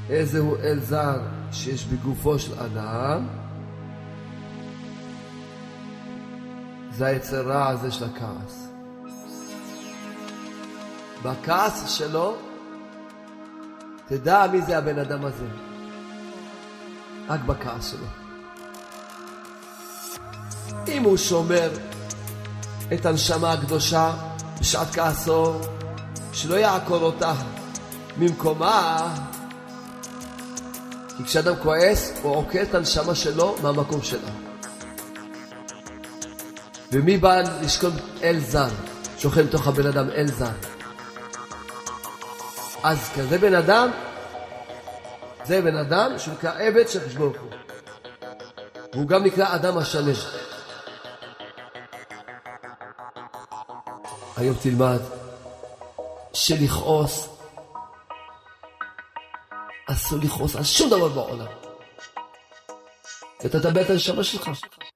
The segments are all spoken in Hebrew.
איזהו אל זר שיש בגופו של אדם, זה היצר רע הזה של הכעס. בכעס שלו תדע מי זה הבן אדם הזה, רק בכעס שלו. אם הוא שומר את הנשמה הקדושה בשעת כעסו, שלא יעקור אותה ממקומה, כי כשאדם כועס הוא עוקר את הנשמה שלו מהמקום שלה. ומי בא לשכון אל זר? שוכן מתוך הבן אדם אל זר. אז כזה בן אדם, זה בן אדם שהוא נקרא עבד של חשבון ברוך הוא. והוא גם נקרא אדם השלם. היום תלמד שלכעוס, אסור לכעוס על שום דבר בעולם. אתה תאבד את הנשמה שלך.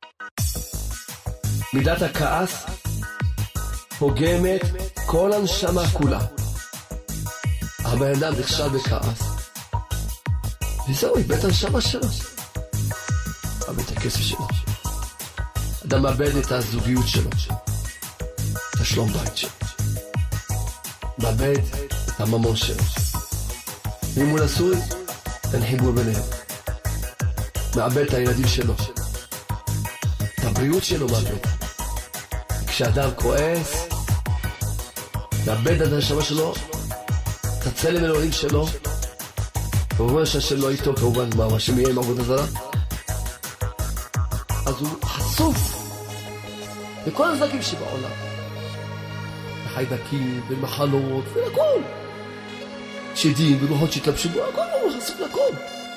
מידת הכעס פוגמת כל הנשמה כולה. הבן אדם נכשל בכעס, וזהו, איבד את הנשמה שלו, איבד את הכסף שלו. אדם מאבד את הזוגיות שלו, את השלום בית שלו, מאבד את הממון שלו. ואם הוא נשוי, אין חיבור ביניהם. מאבד את הילדים שלו, את הבריאות שלו מאבד. כשאדם כועס, מאבד את הנשמה שלו, את הצלם אלוהים שלו, כמובן שהשם לא איתו, כמובן מה השם יהיה עם עבודה זרה, אז הוא חשוף לכל הנזקים שבעולם, לחיידקים ולמחלות ולכל שדים ולוחות שהתלבשו בו, הכל הוא חשוף לכל.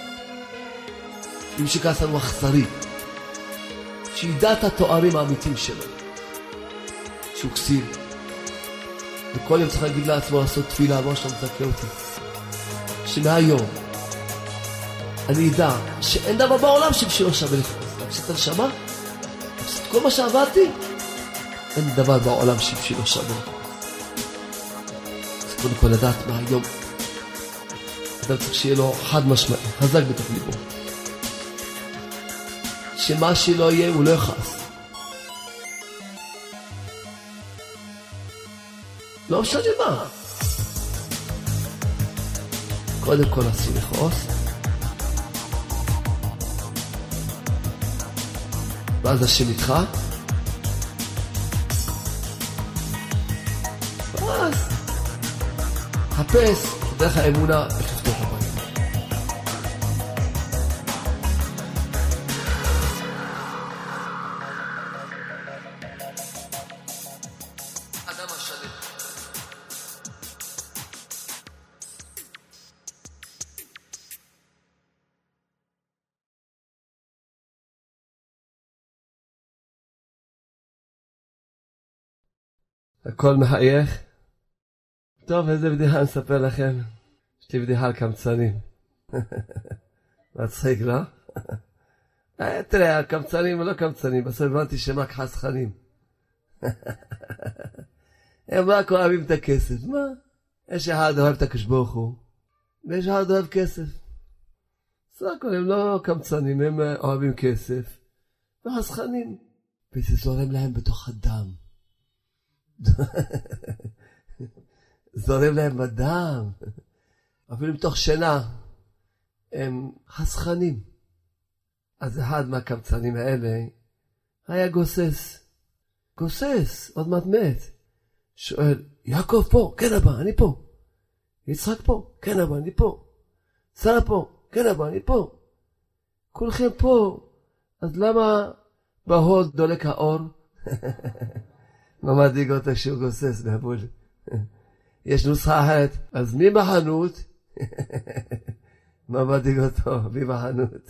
אם שכעס לנו אכזרי, שידע את התוארים האמיתיים שלו, שהוא כסיל, וכל יום צריך להגיד לעצמו לעשות תפילה, מה שאתה מזכה אותי, שמהיום אני אדע שאין דבר בעולם שבשביל שווה לכעוס. להפסיד את הנשמה, להפסיד כל מה שעבדתי, אין דבר בעולם שבשביל שווה לכעוס. אז קודם כל לדעת מהיום אדם צריך שיהיה לו חד משמעי, חזק בתוך ליבו, שמה שלא יהיה הוא לא יכעס. לא משנה מה. קודם כל אסור לכעוס, ואז השם איתך, ואז חפש דרך האמונה איך לפתוח הבית. אדם השלם. הכל מחייך. טוב, איזה בדיחה אני אספר לכם? יש לי בדיחה על קמצנים. מצחיק, לא? תראה, הקמצנים ולא קמצנים, בסוף הבנתי שהם רק חסכנים. הם רק אוהבים את הכסף. מה? יש אחד אוהב את הקדוש ברוך הוא, ויש אחד אוהב כסף. סך הכל הם לא קמצנים, הם אוהבים כסף, וחסכנים. וזה זורם להם בתוך הדם. זורם להם בדם, אפילו מתוך שינה, הם חסכנים. אז אחד מהקמצנים האלה היה גוסס, עוד מעט מת. שואל, יעקב פה? כן אבא, אני פה. יצחק פה? כן אבא, אני פה. שרה פה? כן אבא, אני פה. כולכם פה, אז למה בהוד דולק האור? מה מדאיג אותה כשהוא גוסס בהבול? יש נוסחה אחרת, אז מי בחנות? מה מדאיג אותו? מי בחנות?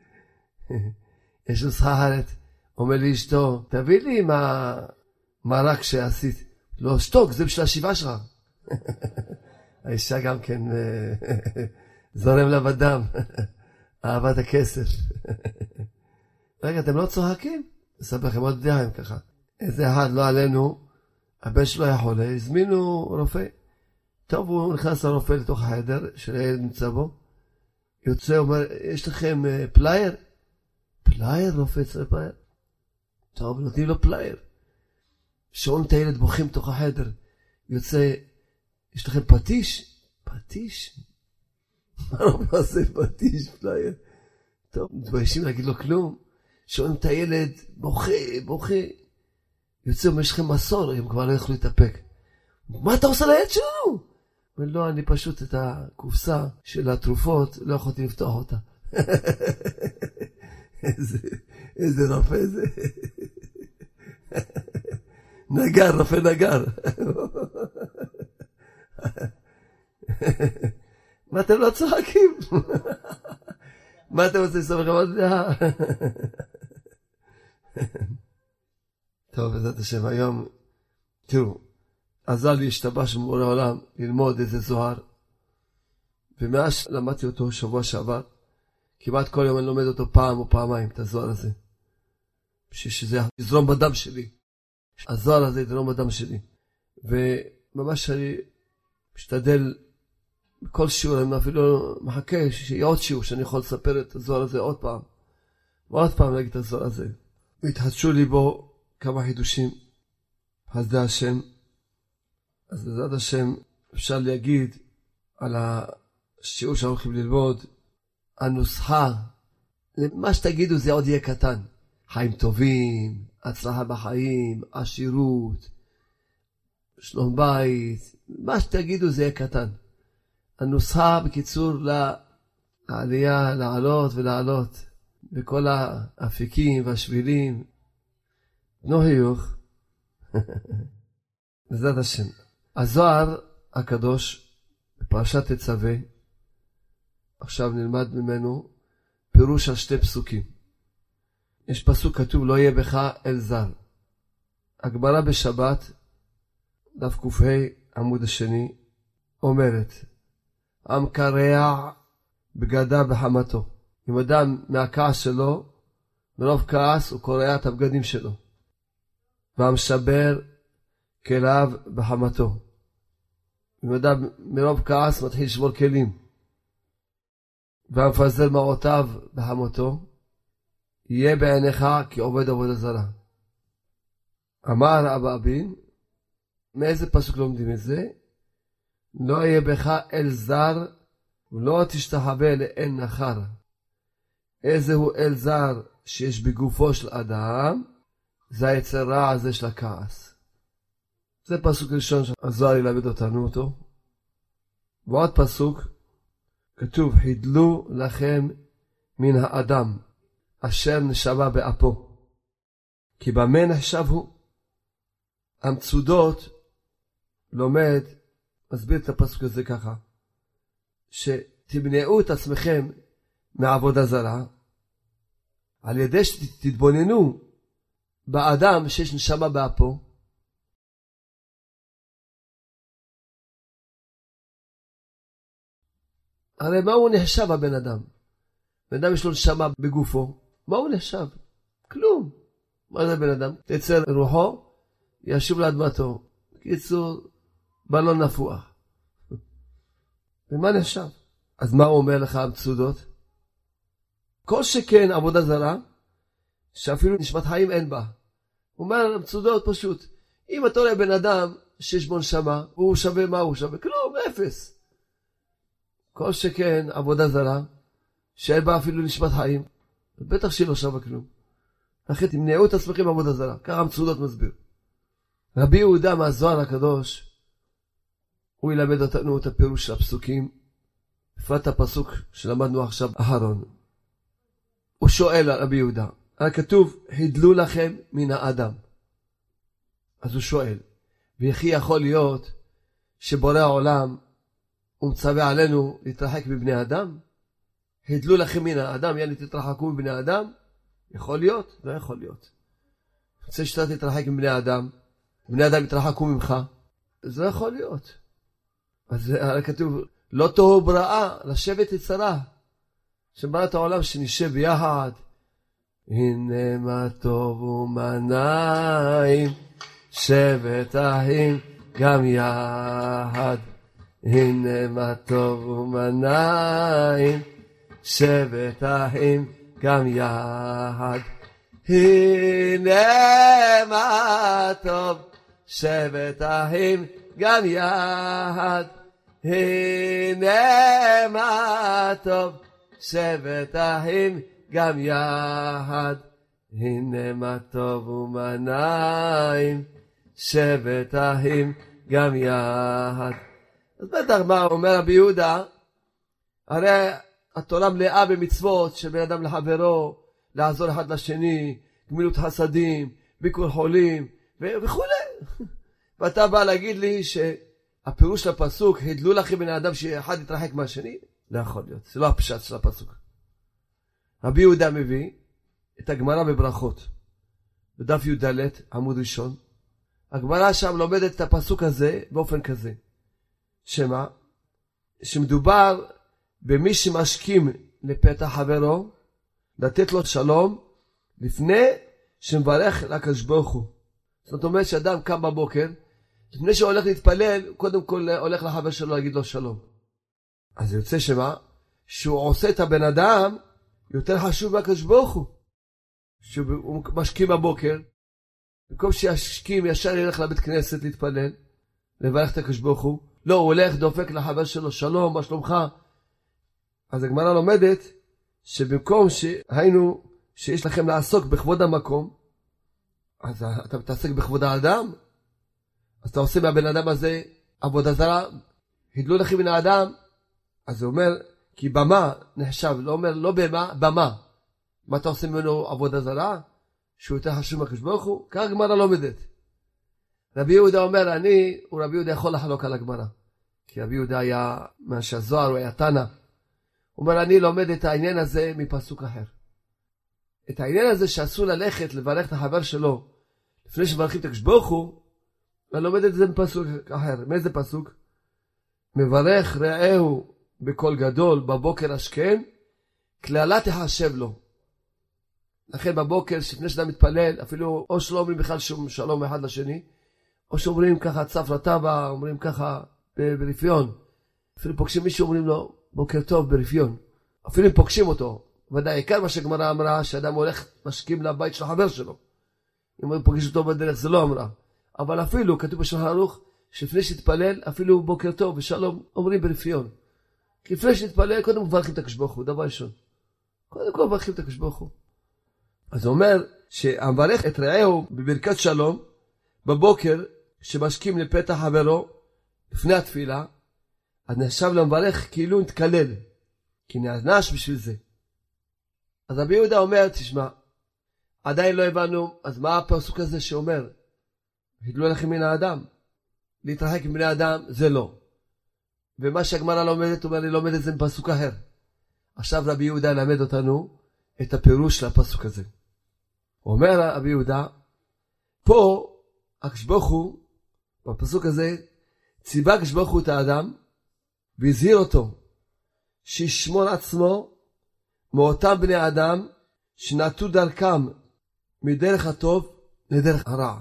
יש נוסחה אחרת, אומר לי אשתו, תביא לי מרק שעשית. לא, שתוק, זה בשביל השיבה שלך. האישה גם כן זורם לה בדם, אהבת הכסף. רגע, אתם לא צוחקים? אספר לכם עוד דעה ככה. איזה אחד לא עלינו, הבן שלו היה חולה, הזמינו רופא. טוב, הוא נכנס לרופא לתוך החדר שהילד נמצא בו, יוצא, אומר, יש לכם פלייר? פלייר? רופץ פלייר? טוב, נותנים לו פלייר. שואלים את הילד, בוכים תוך החדר. יוצא, יש לכם פטיש? פטיש? מה לא עושה פטיש, פלייר? טוב, מתביישים להגיד לו כלום. שואלים את הילד, בוכה. יוצא, אומר, יש לכם מסור, הם כבר לא יכלו להתאפק. מה אתה עושה לילד שלנו? אומר, לא, אני פשוט את הקופסה של התרופות, לא יכולתי לפתוח אותה. איזה רופא זה. נגר, רופא נגר. מה אתם לא צוחקים? מה אתם רוצים לסמך עוד דעה? טוב, בעזרת השם, היום, תראו, עזר לי השתבש במורה העולם ללמוד איזה זוהר, ומאז למדתי אותו שבוע שעבר, כמעט כל יום אני לומד אותו פעם או פעמיים, את הזוהר הזה. בשביל שזה יזרום בדם שלי. הזוהר הזה יזרום בדם שלי. וממש אני משתדל בכל שיעור, אני אפילו מחכה שיהיה עוד שיעור שאני יכול לספר את הזוהר הזה עוד פעם. ועוד פעם להגיד את הזוהר הזה. והתחדשו לי בו כמה חידושים. חסדי השם. אז בעזרת השם אפשר להגיד על השיעור שאנחנו הולכים ללמוד, הנוסחה, מה שתגידו זה עוד יהיה קטן. חיים טובים, הצלחה בחיים, עשירות, שלום בית, מה שתגידו זה יהיה קטן. הנוסחה בקיצור לעלייה, לעלות ולעלות, בכל האפיקים והשבילים. נו חיוך. בעזרת השם. הזוהר הקדוש בפרשת תצווה, עכשיו נלמד ממנו פירוש על שתי פסוקים. יש פסוק כתוב לא יהיה בך אל זר. הגמרא בשבת, דף ק"ה עמוד השני, אומרת, עם קרע בגדה בחמתו. אם אדם מהכעס שלו, מרוב כעס הוא קורע את הבגדים שלו. והמשבר כליו בחמתו. אם אדם מרוב כעס מתחיל לשבור כלים. והמפזר מעותיו בחמתו, יהיה בעיניך כעובד עבודה זרה. אמר אבא אבין, מאיזה פסוק לומדים את זה? לא יהיה בך אל זר, ולא תשתחווה לאל נחר. איזהו אל זר שיש בגופו של אדם, זה היצר רע הזה של הכעס. זה פסוק ראשון שהזוהר ילמד אותנו אותו. ועוד פסוק, כתוב, הידלו לכם מן האדם, אשר נשמה באפו. כי במה נחשב הוא? המצודות לומד, מסביר את הפסוק הזה ככה, שתמנעו את עצמכם מעבודה זרה, על ידי שתתבוננו באדם שיש נשמה באפו. הרי מה הוא נחשב הבן אדם? בן אדם יש לו נשמה בגופו, מה הוא נחשב? כלום. מה זה בן אדם? תצא רוחו, ישוב לאדמתו. בקיצור, בלון נפוח. ומה נחשב? אז מה הוא אומר לך המצודות? כל שכן עבודה זרה, שאפילו נשמת חיים אין בה. הוא אומר המצודות פשוט, אם אתה רואה בן אדם שיש בו נשמה, הוא שווה מה הוא שווה? כלום, אפס. כל שכן עבודה זרה, שאין בה אפילו נשמת חיים, בטח שהיא לא שווה כלום. לכן תמנעו את עצמכם בעבודה זרה, ככה המצודות מסביר. רבי יהודה מהזוהר הקדוש, הוא ילמד אותנו את הפירוש של הפסוקים, בפרט הפסוק שלמדנו עכשיו אחרון. הוא שואל על רבי יהודה, כתוב, הידלו לכם מן האדם. אז הוא שואל, וכי יכול להיות שבורא העולם הוא מצווה עלינו להתרחק מבני אדם? הידלו לכם מן האדם, יאללה תתרחקו מבני אדם? יכול להיות? לא יכול להיות. רוצה שאתה תתרחק מבני אדם, בני אדם יתרחקו ממך, זה לא יכול להיות. אז כתוב, לא תוהו בראה, לשבת יצרה, שברא את העולם שנשב ביחד. הנה מה טוב ומה נעים, שבת אחים גם יחד. הנה מה טוב ומה נעים, שבת אחים גם יחד. הנה מה טוב, שבת אחים גם יחד. הנה מה טוב, שבת אחים גם יחד. הנה מה טוב ומה נעים, שבת אחים גם יחד. אז בטח מה אומר רבי יהודה, הרי התורה מלאה במצוות של בן אדם לחברו, לעזור אחד לשני, גמילות חסדים, ביקור חולים וכו'. ואתה בא להגיד לי שהפירוש של הפסוק, הדלו לכם בן האדם שאחד יתרחק מהשני? לא יכול להיות, זה לא הפשט של הפסוק. רבי יהודה מביא את הגמרא בברכות, בדף י"ד עמוד ראשון. הגמרא שם לומדת את הפסוק הזה באופן כזה. שמה? שמדובר במי שמשכים לפתח חברו, לתת לו שלום לפני שמברך לקדוש ברוך הוא. זאת אומרת שאדם קם בבוקר, לפני שהוא הולך להתפלל, קודם כל הולך לחבר שלו להגיד לו שלום. אז יוצא שמה? שהוא עושה את הבן אדם יותר חשוב מהקדוש ברוך הוא. שהוא משכים בבוקר, במקום שישכים ישר ילך לבית כנסת להתפלל, לברך את הקדוש ברוך הוא, לא, הוא הולך דופק לחבר שלו, שלום, מה שלומך? אז הגמרא לומדת שבמקום שהיינו, שיש לכם לעסוק בכבוד המקום, אז אתה מתעסק בכבוד האדם, אז אתה עושה מהבן אדם הזה עבודה זרה, הדלו לכם מן האדם, אז זה אומר, כי במה נחשב, לא אומר לא במה, במה. מה אתה עושה ממנו עבודה זרה? שהוא יותר חשוב מהקדוש ברוך הוא? כך הגמרא לומדת. רבי יהודה אומר, הוא רבי יהודה יכול לחלוק על הגמרא. כי רבי יהודה היה מהזוהר, הוא היה תנא. הוא אומר, אני לומד את העניין הזה מפסוק אחר. את העניין הזה שאסור ללכת לברך את החבר שלו, לפני שמברכים את הקדוש ברוך הוא, אני לומד את זה מפסוק אחר. מאיזה פסוק? מברך רעהו בקול גדול בבוקר השכם, קללה תחשב לו. לכן בבוקר, לפני שאדם מתפלל, אפילו או שלא אומרים בכלל שום שלום אחד לשני, או שאומרים ככה צף לטבע, אומרים ככה ברפיון. אפילו פוגשים מישהו, אומרים לו בוקר טוב ברפיון. אפילו אם פוגשים אותו, ודאי עיקר מה שגמרא אמרה, שאדם הולך משכים לבית של החבר שלו. אם הוא פוגש אותו בדרך, זה לא אמרה. אבל אפילו, כתוב בשולחן ערוך, שלפני שתתפלל, אפילו בוקר טוב ושלום, אומרים ברפיון. כי לפני שתתפלל, קודם מברכים את הקדוש ברוך הוא, דבר ראשון. קודם כל מברכים את הקדוש ברוך הוא. אז הוא אומר שהמברך את רעהו בברכת שלום בבוקר שמשכים לפתח חברו לפני התפילה, אז נחשב למברך כאילו נתקלל, כי נענש בשביל זה. אז רבי יהודה אומר, תשמע, עדיין לא הבנו, אז מה הפסוק הזה שאומר? הדלו לכם מן האדם. להתרחק מבני האדם זה לא. ומה שהגמרא לומדת, הוא אומר, אני לומד את זה בפסוק אחר. עכשיו רבי יהודה למד אותנו את הפירוש של הפסוק הזה. הוא אומר רבי יהודה, פה הקדוש ברוך הוא, בפסוק הזה, ציווה הקדוש ברוך הוא את האדם, והזהיר אותו, שישמור עצמו מאותם בני האדם, שנטו דרכם מדרך הטוב לדרך הרע.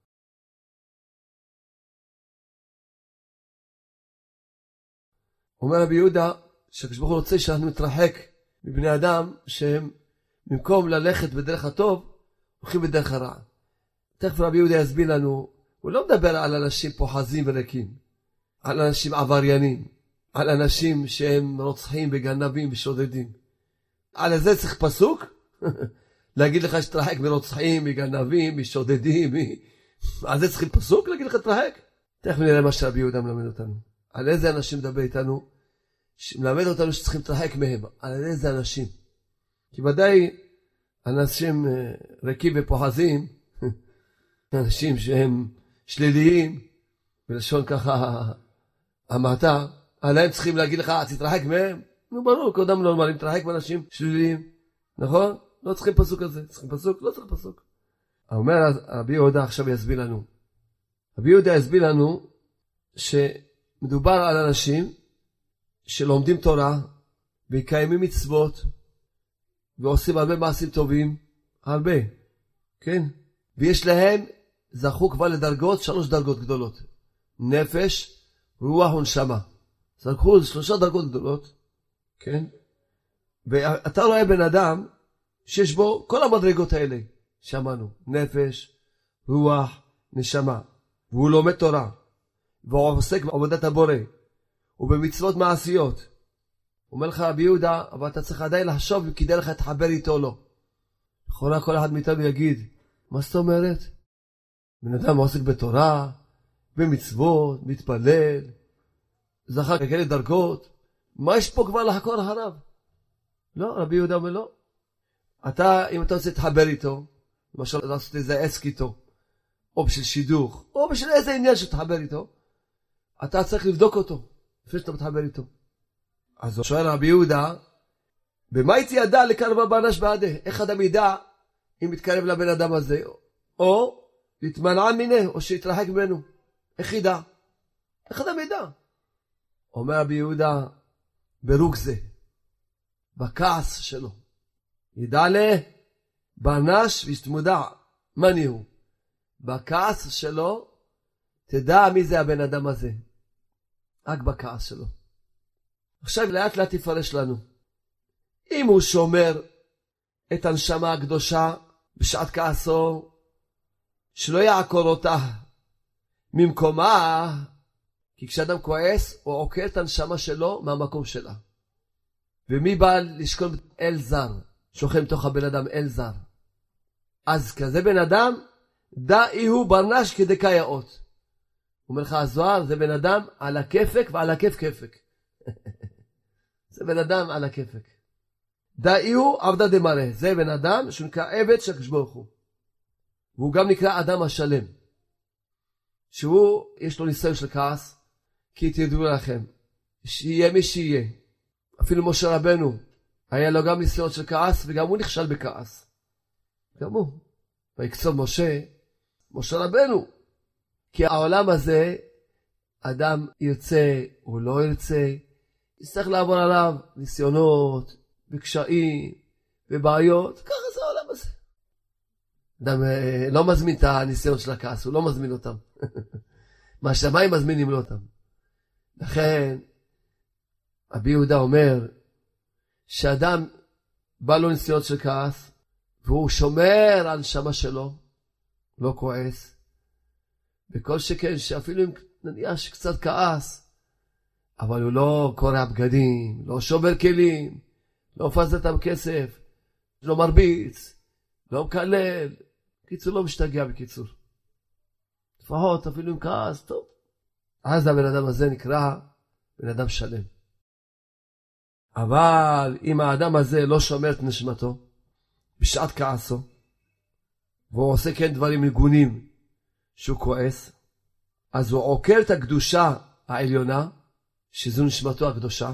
אומר רבי יהודה, שהקדוש ברוך הוא רוצה שאנחנו נתרחק מבני אדם, שהם במקום ללכת בדרך הטוב, הולכים בדרך הרע. תכף רבי יהודה יסביר לנו, הוא לא מדבר על אנשים פוחזים וריקים, על אנשים עבריינים, על אנשים שהם רוצחים וגנבים ושודדים. על זה צריך פסוק? להגיד לך שתרחק מרוצחים, מגנבים, משודדים, על זה צריכים פסוק להגיד לך תרחק? תכף נראה מה שרבי יהודה מלמד אותנו. על איזה אנשים מדבר איתנו? מלמד אותנו שצריכים תרחק מהם. על איזה אנשים? כי ודאי אנשים ריקים ופוחזים, אנשים שהם שליליים, בלשון ככה המעטה, עליהם צריכים להגיד לך, תתרחק מהם? נו ברור, קודם נורמלי, תתרחק מאנשים שליליים, נכון? לא צריכים פסוק הזה, צריכים פסוק? לא צריך פסוק. אומר רבי יהודה עכשיו יסביר לנו. רבי יהודה יסביר לנו שמדובר על אנשים שלומדים תורה, ויקיימים מצוות, ועושים הרבה מעשים טובים, הרבה, כן? ויש להם, זכו כבר לדרגות, 3 דרגות גדולות. נפש, רוח ונשמה. זכו 3 דרגות גדולות, כן? ואתה רואה בן אדם שיש בו כל המדרגות האלה, שמענו, נפש, רוח, נשמה, והוא לומד תורה, והוא עוסק בעבודת הבורא, ובמצוות מעשיות. אומר לך רבי יהודה, אבל אתה צריך עדיין לחשוב אם כדאי לך להתחבר איתו או לא. לכאורה כל אחד מאיתנו יגיד, מה זאת אומרת? בן אדם עוסק בתורה, במצוות, מתפלל, זכה כאלה דרגות, מה יש פה כבר לחקור אחריו? לא, רבי יהודה אומר לא. אתה, אם אתה רוצה להתחבר איתו, למשל לעשות איזה עסק איתו, או בשביל שידוך, או בשביל איזה עניין שתחבר איתו, אתה צריך לבדוק אותו, לפני שאתה מתחבר איתו. אז הוא שואל רבי יהודה, במה הייתי ידע לקרבה באנש בעדה? איך אדם ידע אם מתקרב לבן אדם הזה, או להתמנע מיני, או שיתרחק ממנו? איך ידע? איך אדם ידע? אומר רבי יהודה, ברוק זה, בכעס שלו. ידע באנש וישתמודע, מני הוא. בכעס שלו, תדע מי זה הבן אדם הזה. רק בכעס שלו. עכשיו לאט לאט תפרש לנו. אם הוא שומר את הנשמה הקדושה בשעת כעסו, שלא יעקור אותה ממקומה, כי כשאדם כועס, הוא עוקר את הנשמה שלו מהמקום שלה. ומי בא לשכון אל זר? שוכן מתוך הבן אדם אל זר. אז כזה בן אדם, דאי הוא ברנש כדקאי האות. אומר לך הזוהר, זה בן אדם על הכיפק ועל הכיף כיפק. זה בן אדם על הכיפק. דאי הוא עבדה דמראה. זה בן אדם שנקרא עבד של הקדוש ברוך הוא. והוא גם נקרא אדם השלם. שהוא, יש לו ניסיון של כעס, כי תדעו לכם, שיהיה מי שיהיה. אפילו משה רבנו, היה לו גם ניסיון של כעס, וגם הוא נכשל בכעס. גם הוא. ויקצוב משה רבנו. כי העולם הזה, אדם ירצה או לא ירצה, יצטרך לעבור עליו ניסיונות, וקשיים, ובעיות. ככה זה העולם הזה. אדם לא מזמין את הניסיון של הכעס, הוא לא מזמין אותם. מהשמיים מזמינים לו אותם. לכן, רבי יהודה אומר, שאדם בא לו ניסיון של כעס, והוא שומר על נשמה שלו, לא כועס, וכל שכן שאפילו אם נניח שקצת כעס, אבל הוא לא קורע בגדים, לא שובר כלים, לא מפזר אותם כסף, לא מרביץ, לא מקלל, קיצור לא משתגע בקיצור. לפחות אפילו עם כעס, טוב. אז הבן אדם הזה נקרא בן אדם שלם. אבל אם האדם הזה לא שומר את נשמתו, בשעת כעסו, והוא עושה כן דברים מגונים שהוא כועס, אז הוא עוקר את הקדושה העליונה, שזו נשמתו הקדושה,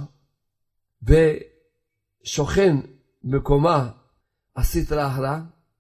ושוכן מקומה הסטרא אחרא,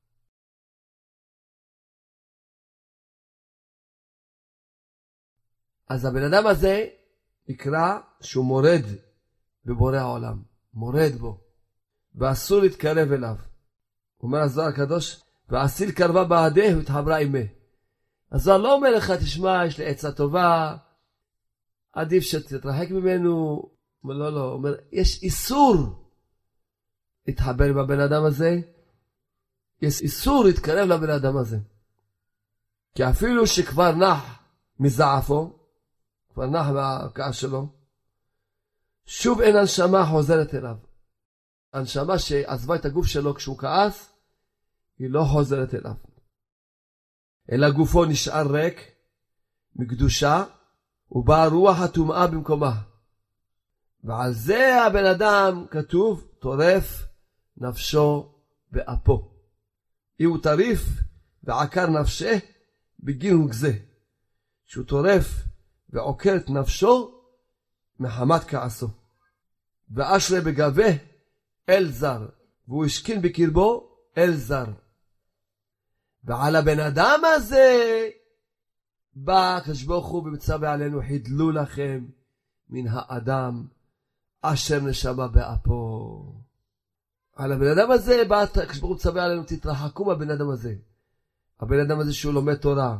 אז הבן אדם הזה נקרא שהוא מורד בבורא העולם, מורד בו, ואסור להתקרב אליו. אומר הזוהר הקדוש, ואסיל קרבה בעדה והתחברה עימה. הזוהר לא אומר לך, תשמע, יש לי עצה טובה, עדיף שתתרחק ממנו. אומר, לא, אומר, יש איסור להתחבר עם הבן אדם הזה, יש איסור להתקרב לבן אדם הזה. כי אפילו שכבר נח מזעפו, כבר נח מהכעס שלו, שוב אין הנשמה חוזרת אליו. הנשמה שעזבה את הגוף שלו כשהוא כעס, היא לא חוזרת אליו. אלא גופו נשאר ריק, מקדושה, ובאה רוח הטומאה במקומה. ועל זה הבן אדם כתוב, טורף נפשו באפו. אי הוא טריף ועקר נפשה בגין וגזה. שהוא טורף ועוקר את נפשו מחמת כעסו. ואשרי בגבה אל זר, והוא השכין בקרבו אל זר. ועל הבן אדם הזה בא הקדוש ברוך הוא ומצווה עלינו, חידלו לכם מן האדם אשר נשמה באפו. על הבן אדם הזה בא הקדוש ברוך הוא מצווה עלינו, תתרחקו מהבן אדם הזה. הבן אדם הזה שהוא לומד תורה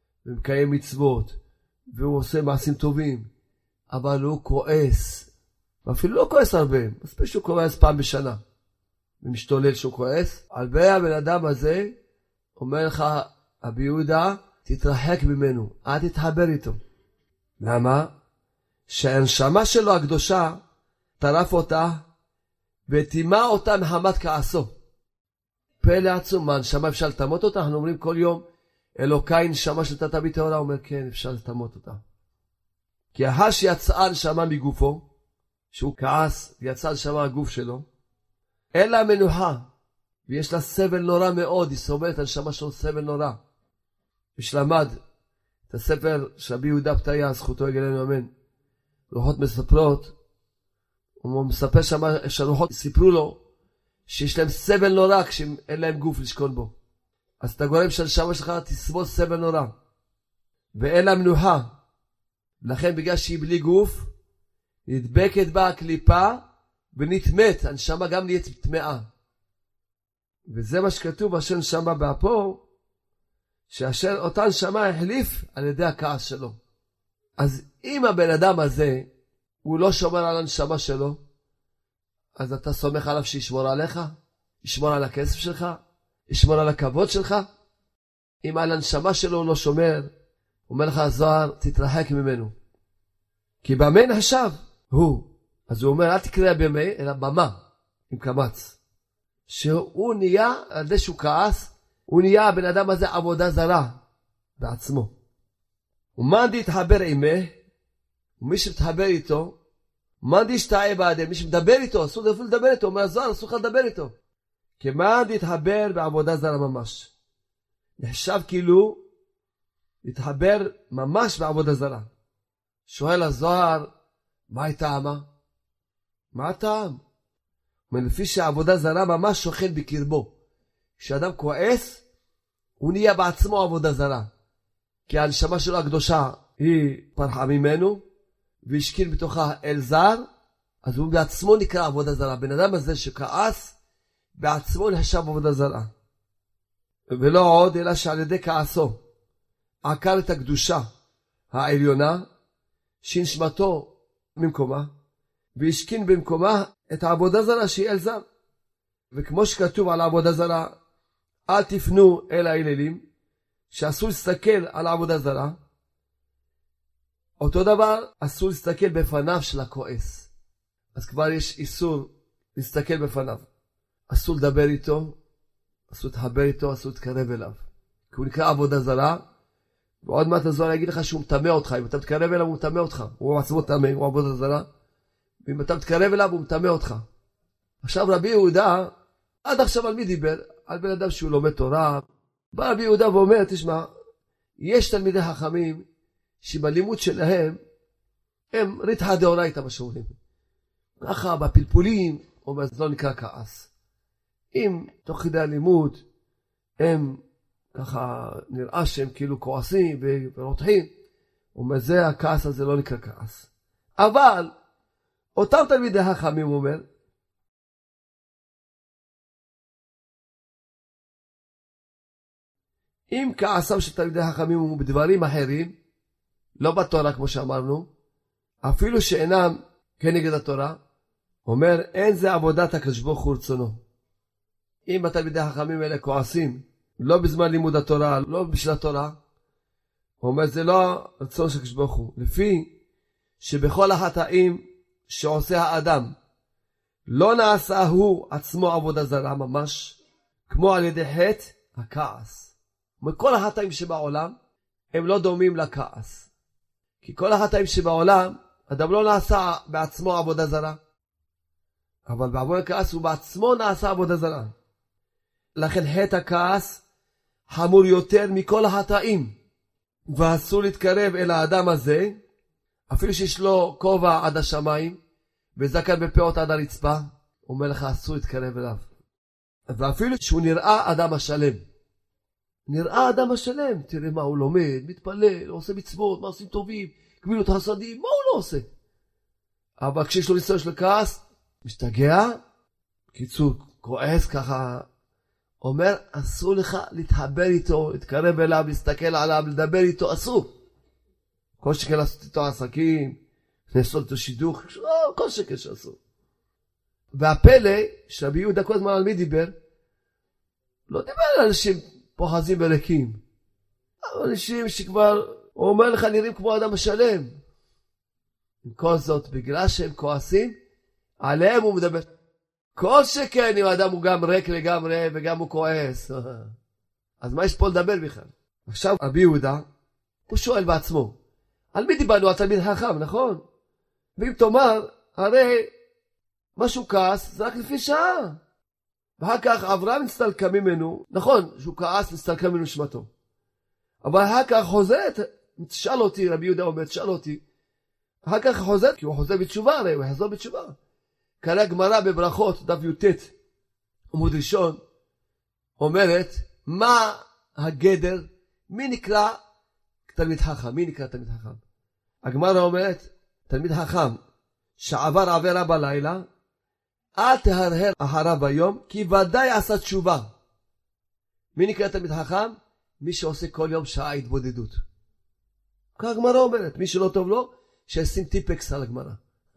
ומקיים מצוות והוא עושה מעשים טובים, אבל הוא כועס ואפילו לא כועס הרבה, מספיק שהוא כועס פעם בשנה. ומשתולל שהוא כועס. הרבה הבן אדם הזה אומר לך, רבי יהודה, תתרחק ממנו, אל תתחבר איתו. למה? שהנשמה שלו הקדושה טרף אותה וטימה אותה מחמת כעסו. פלא עצום, מה, הנשמה אפשר לטמות אותה? אנחנו אומרים כל יום, אלוקי נשמה שנתת בי טהורה, אומר כן, אפשר לטמות אותה. כי אחר שיצאה הנשמה מגופו, שהוא כעס, ויצאה הנשמה הגוף שלו, אין לה מנוחה, ויש לה סבל נורא מאוד, היא סובלת הנשמה שלו סבל נורא. ושלמד את הספר שרבי יהודה פתיה, זכותו יגלנו אמן, רוחות מספרות, הוא מספר שהרוחות סיפרו לו, שיש להם סבל נורא כשאין להם גוף לשכון בו. אז אתה גורם שהנשמה שלך תסבול סבל נורא. ואין לה מנוחה. לכן בגלל שהיא בלי גוף, נדבקת בה הקליפה ונתמת. הנשמה גם נהיית טמאה. וזה מה שכתוב אשר נשמה באפו, שאשר אותה נשמה החליף על ידי הכעס שלו. אז אם הבן אדם הזה, הוא לא שומר על הנשמה שלו, אז אתה סומך עליו שישמור עליך, ישמור על הכסף שלך, ישמור על הכבוד שלך. אם על הנשמה שלו הוא לא שומר, אומר לך הזוהר, תתרחק ממנו. כי במה נחשב? הוא. אז הוא אומר, אל תקרא במה, אלא במה, עם קמץ. שהוא נהיה, על ידי שהוא כעס, הוא נהיה הבן אדם הזה עבודה זרה בעצמו. ומאן תתחבר עמה, ומי שמתחבר איתו, מאן תשתעה בעדם, מי שמדבר איתו, אסור אפילו לדבר איתו, אומר הזוהר, אסור לך לדבר איתו. כי מאן תתחבר בעבודה זרה ממש. נחשב כאילו להתחבר ממש בעבודה זרה. שואל הזוהר, מה הטעמה? מה הטעם? לפי שהעבודה זרה ממש שוכן בקרבו. כשאדם כועס, הוא נהיה בעצמו עבודה זרה. כי הנשמה שלו הקדושה היא פרחה ממנו, והשכין בתוכה אל זר, אז הוא בעצמו נקרא עבודה זרה. בן אדם הזה שכעס, בעצמו נחשב עבודה זרה. ולא עוד, אלא שעל ידי כעסו, עקר את הקדושה העליונה, שנשמתו ממקומה, והשכין במקומה את העבודה זרה שהיא אל זר. וכמו שכתוב על העבודה זרה, אל תפנו אל האלילים, שאסור להסתכל על העבודה זרה, אותו דבר אסור להסתכל בפניו של הכועס. אז כבר יש איסור להסתכל בפניו. אסור לדבר איתו, אסור להתחבר איתו, אסור להתקרב אליו. כי הוא נקרא עבודה זרה, ועוד מעט הזוהר יגיד לך שהוא מטמא אותך. אם אתה מתקרב אליו הוא מטמא אותך. הוא עצמו טמא, הוא עבודה זרה. ואם אתה מתקרב אליו הוא מטמא אותך. עכשיו רבי יהודה, עד עכשיו על מי דיבר? על בן אדם שהוא לומד תורה. בא רבי יהודה ואומר, תשמע, יש תלמידי חכמים שבלימוד שלהם הם ריתחא דאורייתא משמעותיים. ככה בפלפולים, אומר, זה לא נקרא כעס. אם תוך כדי הלימוד הם ככה נראה שהם כאילו כועסים ורותחים, אומר, זה הכעס הזה לא נקרא כעס. אבל אותם תלמידי חכמים, הוא אומר, אם כעסם של תלמידי חכמים הוא בדברים אחרים, לא בתורה כמו שאמרנו, אפילו שאינם כנגד התורה, אומר, אין זה עבודת הקדוש ברוך הוא רצונו. אם התלמידי החכמים האלה כועסים, לא בזמן לימוד התורה, לא בשביל התורה, הוא אומר, זה לא רצון של הקדוש ברוך הוא. לפי שבכל החטאים שעושה האדם, לא נעשה הוא עצמו עבודה זרה ממש, כמו על ידי חטא הכעס. מכל החטאים שבעולם, הם לא דומים לכעס. כי כל החטאים שבעולם, אדם לא נעשה בעצמו עבודה זרה. אבל בעוון הכעס הוא בעצמו נעשה עבודה זרה. לכן חטא הכעס חמור יותר מכל החטאים. ואסור להתקרב אל האדם הזה, אפילו שיש לו כובע עד השמיים, וזקן בפאות עד הרצפה, אומר לך אסור להתקרב אליו. ואפילו שהוא נראה אדם השלם. נראה אדם השלם, תראה מה הוא לומד, מתפלל, עושה מצוות, מעשים טובים, גמילות חסדים, מה הוא לא עושה? אבל כשיש לו ניסיון של כעס, משתגע, קיצור, כועס ככה, אומר, אסור לך להתחבר איתו, להתקרב אליו, להסתכל עליו, לדבר איתו, אסור. כל שכן לעשות איתו עסקים, לעשות אותו שידוך, כל שקל שעשו. והפלא, שרבי יהודה כל הזמן על מי דיבר? לא דיבר על אנשים פוחזים וריקים. אנשים שכבר, הוא אומר לך, נראים כמו אדם משלם. עם כל זאת, בגלל שהם כועסים, עליהם הוא מדבר. כל שכן, אם האדם הוא גם ריק לגמרי, וגם הוא כועס. אז מה יש פה לדבר בכלל? עכשיו, רבי יהודה, הוא שואל בעצמו, על מי דיברנו? על תלמיד חכם, נכון? ואם תאמר, הרי משהו כעס, זה רק לפי שעה. ואחר כך אברהם נסתלקה ממנו, נכון, שהוא כעס נסתלקה ממנו נשמתו. אבל אחר כך חוזרת, תשאל אותי, רבי יהודה אומר, תשאל אותי. אחר כך חוזרת, כי הוא חוזר בתשובה, הרי הוא יחזור בתשובה. קרא גמרא בברכות, דף י"ט, עמוד ראשון, אומרת, מה הגדר? מי נקרא תלמיד חכם? מי נקרא תלמיד חכם? הגמרא אומרת, תלמיד חכם שעבר עבירה בלילה, אל תהרהר אחריו ביום, כי ודאי עשה תשובה. מי נקרא תלמיד חכם? מי שעושה כל יום שעה התבודדות. כך הגמרא אומרת, מי שלא טוב לו, שישים טיפקס על הגמרא.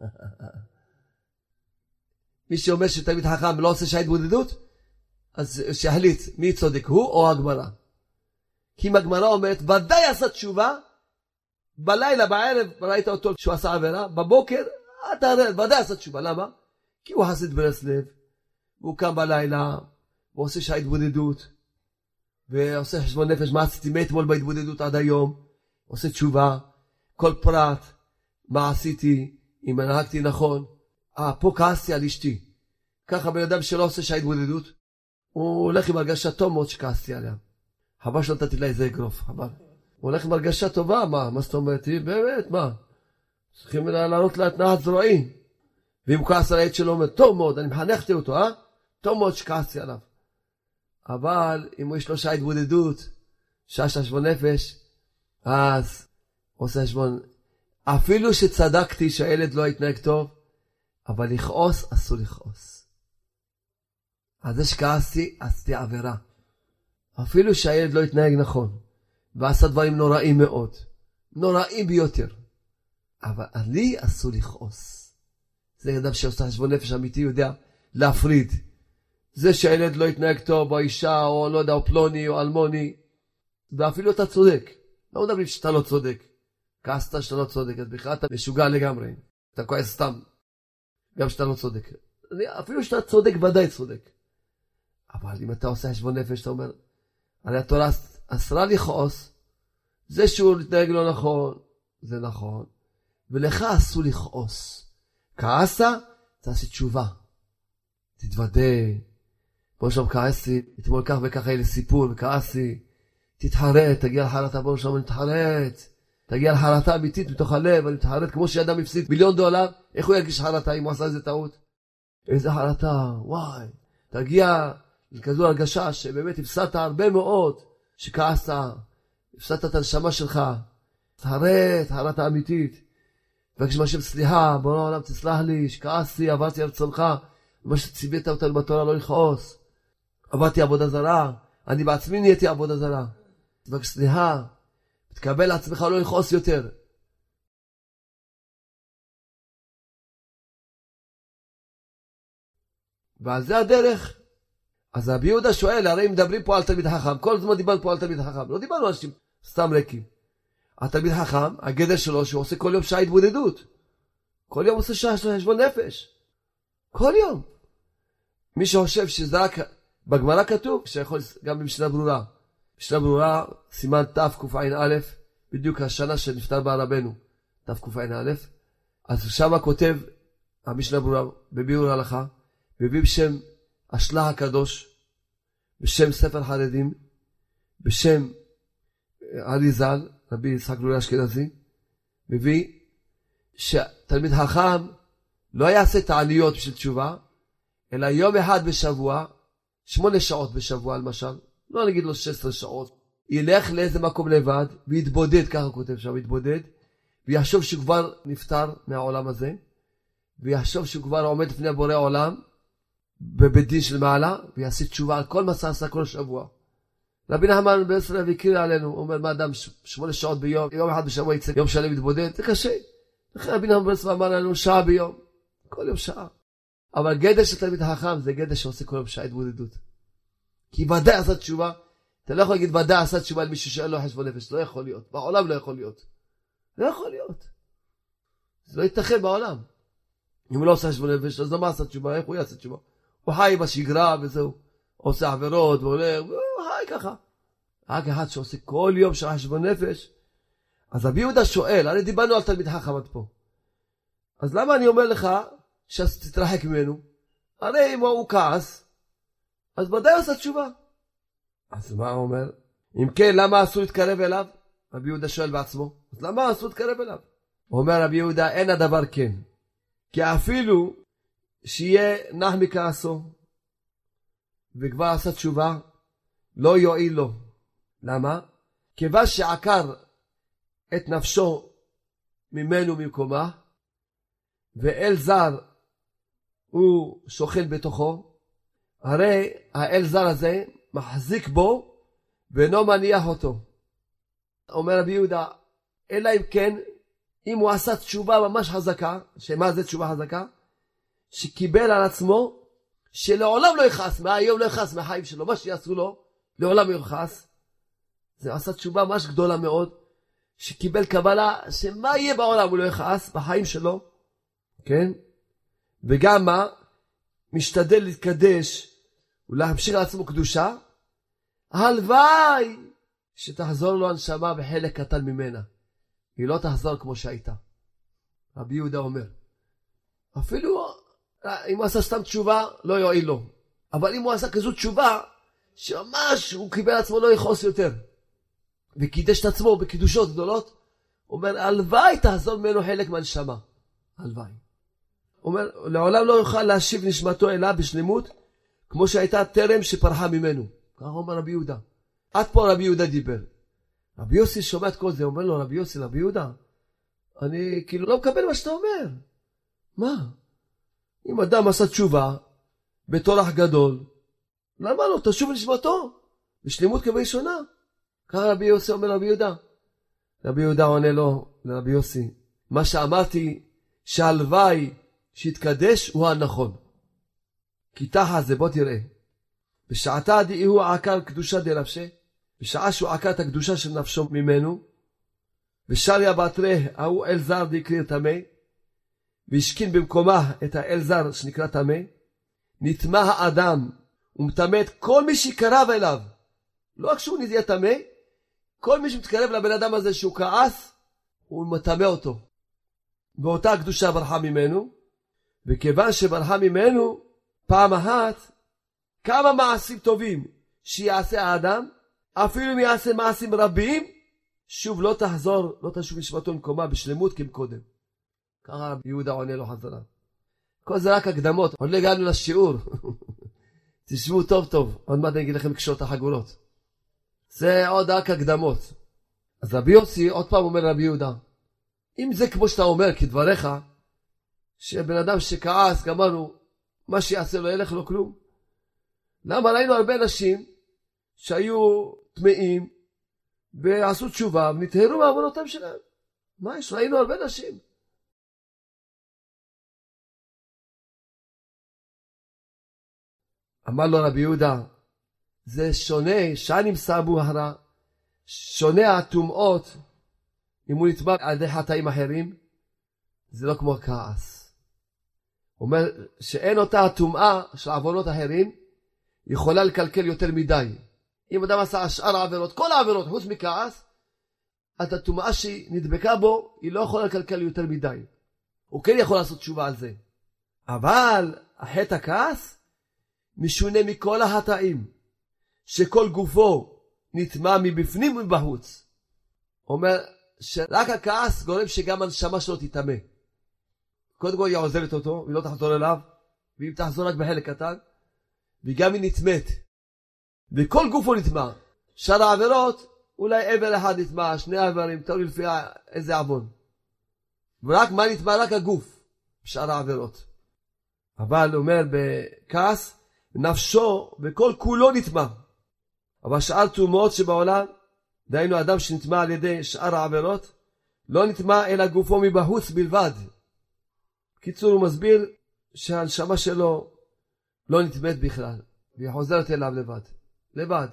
מי שאומר שתלמיד חכם לא עושה שעה התבודדות, אז שיחליט מי צודק, הוא או הגמרא. כי אם הגמרא אומרת, ודאי עשה תשובה, בלילה, בערב, ראית אותו שהוא עשה עבירה, בבוקר, ודאי עשה תשובה. למה? כי הוא חסיד ברסלב, והוא קם בלילה, ועושה שעה התבודדות, ועושה חשבון נפש, מה עשיתי מאתמול בהתבודדות עד היום, עושה תשובה, כל פרט, מה עשיתי, אם נהגתי נכון, פה כעסתי על אשתי. ככה בן אדם שלא עושה שעה התבודדות, הוא הולך עם הרגשה טוב מאוד שכעסתי עליה. חבל שנתתי לה איזה אגרוף, חבל. הוא הולך עם הרגשה טובה, מה זאת אומרת? באמת, מה? צריכים לענות לה את נעת זרועי. ואם הוא כעס על העד שלו, אומר, טוב מאוד, אני מחנכתי אותו, טוב מאוד שכעסתי עליו. אבל אם יש לו שעה התבודדות, שעה חשבון נפש, אז הוא עושה חשבון, אפילו שצדקתי שהילד לא יתנהג טוב, אבל לכעוס, אסור לכעוס. אז זה שכעסתי, עשיתי עבירה. אפילו שהילד לא יתנהג נכון, ועשה דברים נוראים מאוד, נוראים ביותר. אבל לי אסור לכעוס. זה אדם שעושה חשבון נפש אמיתי, יודע להפריד. זה שהילד לא יתנהג טוב, או האישה, או לא יודע, או פלוני, או אלמוני, ואפילו אתה צודק. לא מדברים שאתה לא צודק. כעסת שאתה לא צודק, אז בכלל אתה משוגע לגמרי. אתה כועס סתם. גם שאתה לא צודק. אפילו שאתה צודק, ודאי צודק. אבל אם אתה עושה חשבון נפש, אתה אומר, הרי התורה אסרה לכעוס, זה שהוא מתנהג לא נכון, זה נכון. ולך אסור לכעוס. כעסת, תעשי תשובה. תתוודה. בוא שם כעסי, אתמול כך וכך היה לי סיפור, וכעסי. תתחרט, תגיע לחרטה, בוא שם נתחרט. תגיע לחרטה אמיתית מתוך הלב, אני מתחרט, כמו שאדם הפסיד $1,000,000, איך הוא ירגיש חרטה אם הוא עשה איזה טעות? איזה חרטה, וואי. תגיע לכזו הרגשה שבאמת הפסדת הרבה מאוד, שכעסת, הפסדת את הנשמה שלך. תחרט, חרטה אמיתית. ובקש מהשם סליחה, בוא לעולם תסלח לי, שכעסתי, עברתי על רצונך, מה שציווית אותנו בתורה לא לכעוס. עברתי עבודה זרה, אני בעצמי נהייתי עבודה זרה. ובקש סליחה, תקבל לעצמך לא לכעוס יותר. ועל זה הדרך. אז רבי יהודה שואל, הרי מדברים פה על תלמיד חכם, כל הזמן דיברנו פה על תלמיד חכם, לא דיברנו על אנשים סתם ריקים. התלמיד חכם, הגדר שלו, שהוא עושה כל יום שעה התבודדות. כל יום עושה שעה של חשבון נפש. כל יום. מי שחושב שזה רק, בגמרא כתוב, שיכול גם במשנה ברורה. משנה ברורה, סימן תקע"א, בדיוק השנה שנפטר בה רבנו, תקע"א. אז שם כותב, המשנה ברורה, בביאור הלכה, מביא בשם השלה הקדוש, בשם ספר חרדים, בשם אריזל, רבי יצחק לוי אשכנזי, מביא שתלמיד חכם לא יעשה תעניות בשביל תשובה, אלא יום אחד בשבוע, 8 שעות בשבוע למשל, לא נגיד לו 16 שעות, ילך לאיזה מקום לבד, ויתבודד, ככה כותב שם, יתבודד, ויחשוב שהוא כבר נפטר מהעולם הזה, ויחשוב שהוא כבר עומד לפני בורא עולם, בבית דין של מעלה, ויעשה תשובה על כל מה שעשה כל שבוע. רבי נחמן ברסלב הכיר עלינו, הוא אומר, מה אדם 8 שעות ביום, יום אחד בשבוע יצא, יום שלם יתבודד, זה קשה. לכן רבי נחמן מברסלב אמר לנו שעה ביום, כל יום שעה. אבל גדר של תלמיד חכם זה גדר שעושה כל יום שעה התבודדות. כי ודאי עשה תשובה, אתה לא יכול להגיד ודאי עשה תשובה על מישהו שאין לו חשבון נפש, לא יכול להיות, בעולם לא יכול להיות. לא יכול להיות. זה לא יתכן בעולם. אם הוא לא עושה חשבון נפש, אז למה עשה תשובה? איך הוא יעשה תשובה? הוא חי בשגרה וזהו. עושה עבירות והולך, הוא חי ככה. רק אחד שעושה כל יום שעה חשבון נפש. אז רבי יהודה שואל, הרי דיברנו על תלמיד חכם עד פה. אז למה אני אומר לך שתתרחק ממנו? הרי אם הוא כעס, אז ודאי עושה תשובה. אז מה הוא אומר? אם כן, למה אסור להתקרב אליו? רבי יהודה שואל בעצמו. אז למה אסור להתקרב אליו? הוא אומר רבי יהודה, אין הדבר כן. כי אפילו שיהיה נח מכעסו, וכבר עשה תשובה, לא יועיל לו. למה? כיוון שעקר את נפשו ממנו ממקומה, ואל זר הוא שוכן בתוכו, הרי האל זר הזה מחזיק בו ואינו מניח אותו. אומר רבי יהודה, אלא אם כן, אם הוא עשה תשובה ממש חזקה, שמה זה תשובה חזקה? שקיבל על עצמו שלעולם לא יכעס, מהיום לא יכעס מהחיים שלו, מה שיעשו לו, לעולם לא יכעס. זה עשה תשובה ממש גדולה מאוד, שקיבל קבלה שמה יהיה בעולם הוא לא יכעס בחיים שלו, כן? וגם מה? משתדל להתקדש ולהמשיך לעצמו קדושה, הלוואי שתחזור לו הנשמה בחלק קטן ממנה. היא לא תחזור כמו שהייתה. רבי יהודה אומר, אפילו אם הוא עשה סתם תשובה, לא יועיל לו. אבל אם הוא עשה כזו תשובה, שממש הוא קיבל עצמו לא יכעוס יותר, וקידש את עצמו בקידושות גדולות, אומר, הלוואי תחזור ממנו חלק מהנשמה. הלוואי. אומר, לעולם לא יוכל להשיב נשמתו אליו בשלמות, כמו שהייתה טרם שפרחה ממנו. ככה אומר רבי יהודה. עד פה רבי יהודה דיבר. רבי יוסי שומע את כל זה, אומר לו, רבי יוסי, רבי יהודה, אני כאילו לא מקבל מה שאתה אומר. מה? אם אדם עשה תשובה, בתורח גדול, למה לא? תשוב נשמתו, בשלמות כבראשונה. ככה רבי יוסי אומר רבי יהודה. רבי יהודה עונה לו, לרבי יוסי, מה שאמרתי, שהלוואי שיתקדש הוא הנכון. כי תחת זה, בוא תראה. בשעתה די הוא עקר קדושה דנפשה, בשעה שהוא עקר את הקדושה של נפשו ממנו, ושריה בתרה ההוא אל זר דקריר תמה, והשכין במקומה את האל זר שנקרא תמה, נטמא האדם ומטמא את כל מי שקרב אליו. לא רק שהוא נהיה תמה, כל מי שמתקרב לבן אדם הזה שהוא כעס, הוא מטמא אותו. ואותה הקדושה ברחה ממנו, וכיוון שברחה ממנו, פעם אחת, כמה מעשים טובים שיעשה האדם, אפילו אם יעשה מעשים רבים, שוב לא תחזור, לא תשוב נשמתו למקומה בשלמות כמקודם. ככה יהודה עונה לו חזרה. כל זה רק הקדמות, עוד לא הגענו לשיעור. תשבו טוב טוב, עוד מעט אני אגיד לכם קשוט החגורות. זה עוד רק הקדמות. אז רבי יוסי עוד פעם אומר רבי יהודה, אם זה כמו שאתה אומר כדבריך, שבן אדם שכעס, גמרנו, מה שיעשה לו ילך לו כלום. למה ראינו הרבה אנשים שהיו טמאים ועשו תשובה ונטהרו מעוונותיהם שלהם. מה יש? ראינו הרבה אנשים. אמר לו רבי יהודה, זה שונה, שנים סבו הרע, שונה הטומאות, אם הוא נטמא על ידי חטאים אחרים, זה לא כמו כעס. הוא אומר שאין אותה הטומאה של עוונות אחרים, יכולה לקלקל יותר מדי. אם אדם עשה שאר העבירות, כל העבירות חוץ מכעס, אז הטומאה שנדבקה בו, היא לא יכולה לקלקל יותר מדי. הוא כן יכול לעשות תשובה על זה. אבל החטא הכעס, משונה מכל החטאים, שכל גופו נטמא מבפנים ובחוץ. אומר שרק הכעס גורם שגם הנשמה שלו תטמא. קודם כל היא עוזרת אותו, היא לא תחזור אליו, ואם תחזור רק בחלק קטן, וגם היא נטמאת. וכל גופו נטמא. שאר העבירות, אולי עבר אחד נטמא, שני עברים, תלוי לפי איזה עוון. ורק מה נטמא? רק הגוף, שאר העבירות. אבל הוא אומר בכעס, נפשו וכל כולו נטמא. אבל שאר תאומות שבעולם, דהיינו אדם שנטמא על ידי שאר העבירות, לא נטמע אלא גופו מבחוץ בלבד. קיצור, הוא מסביר שהנשמה שלו לא נטמאת בכלל, והיא חוזרת אליו לבד.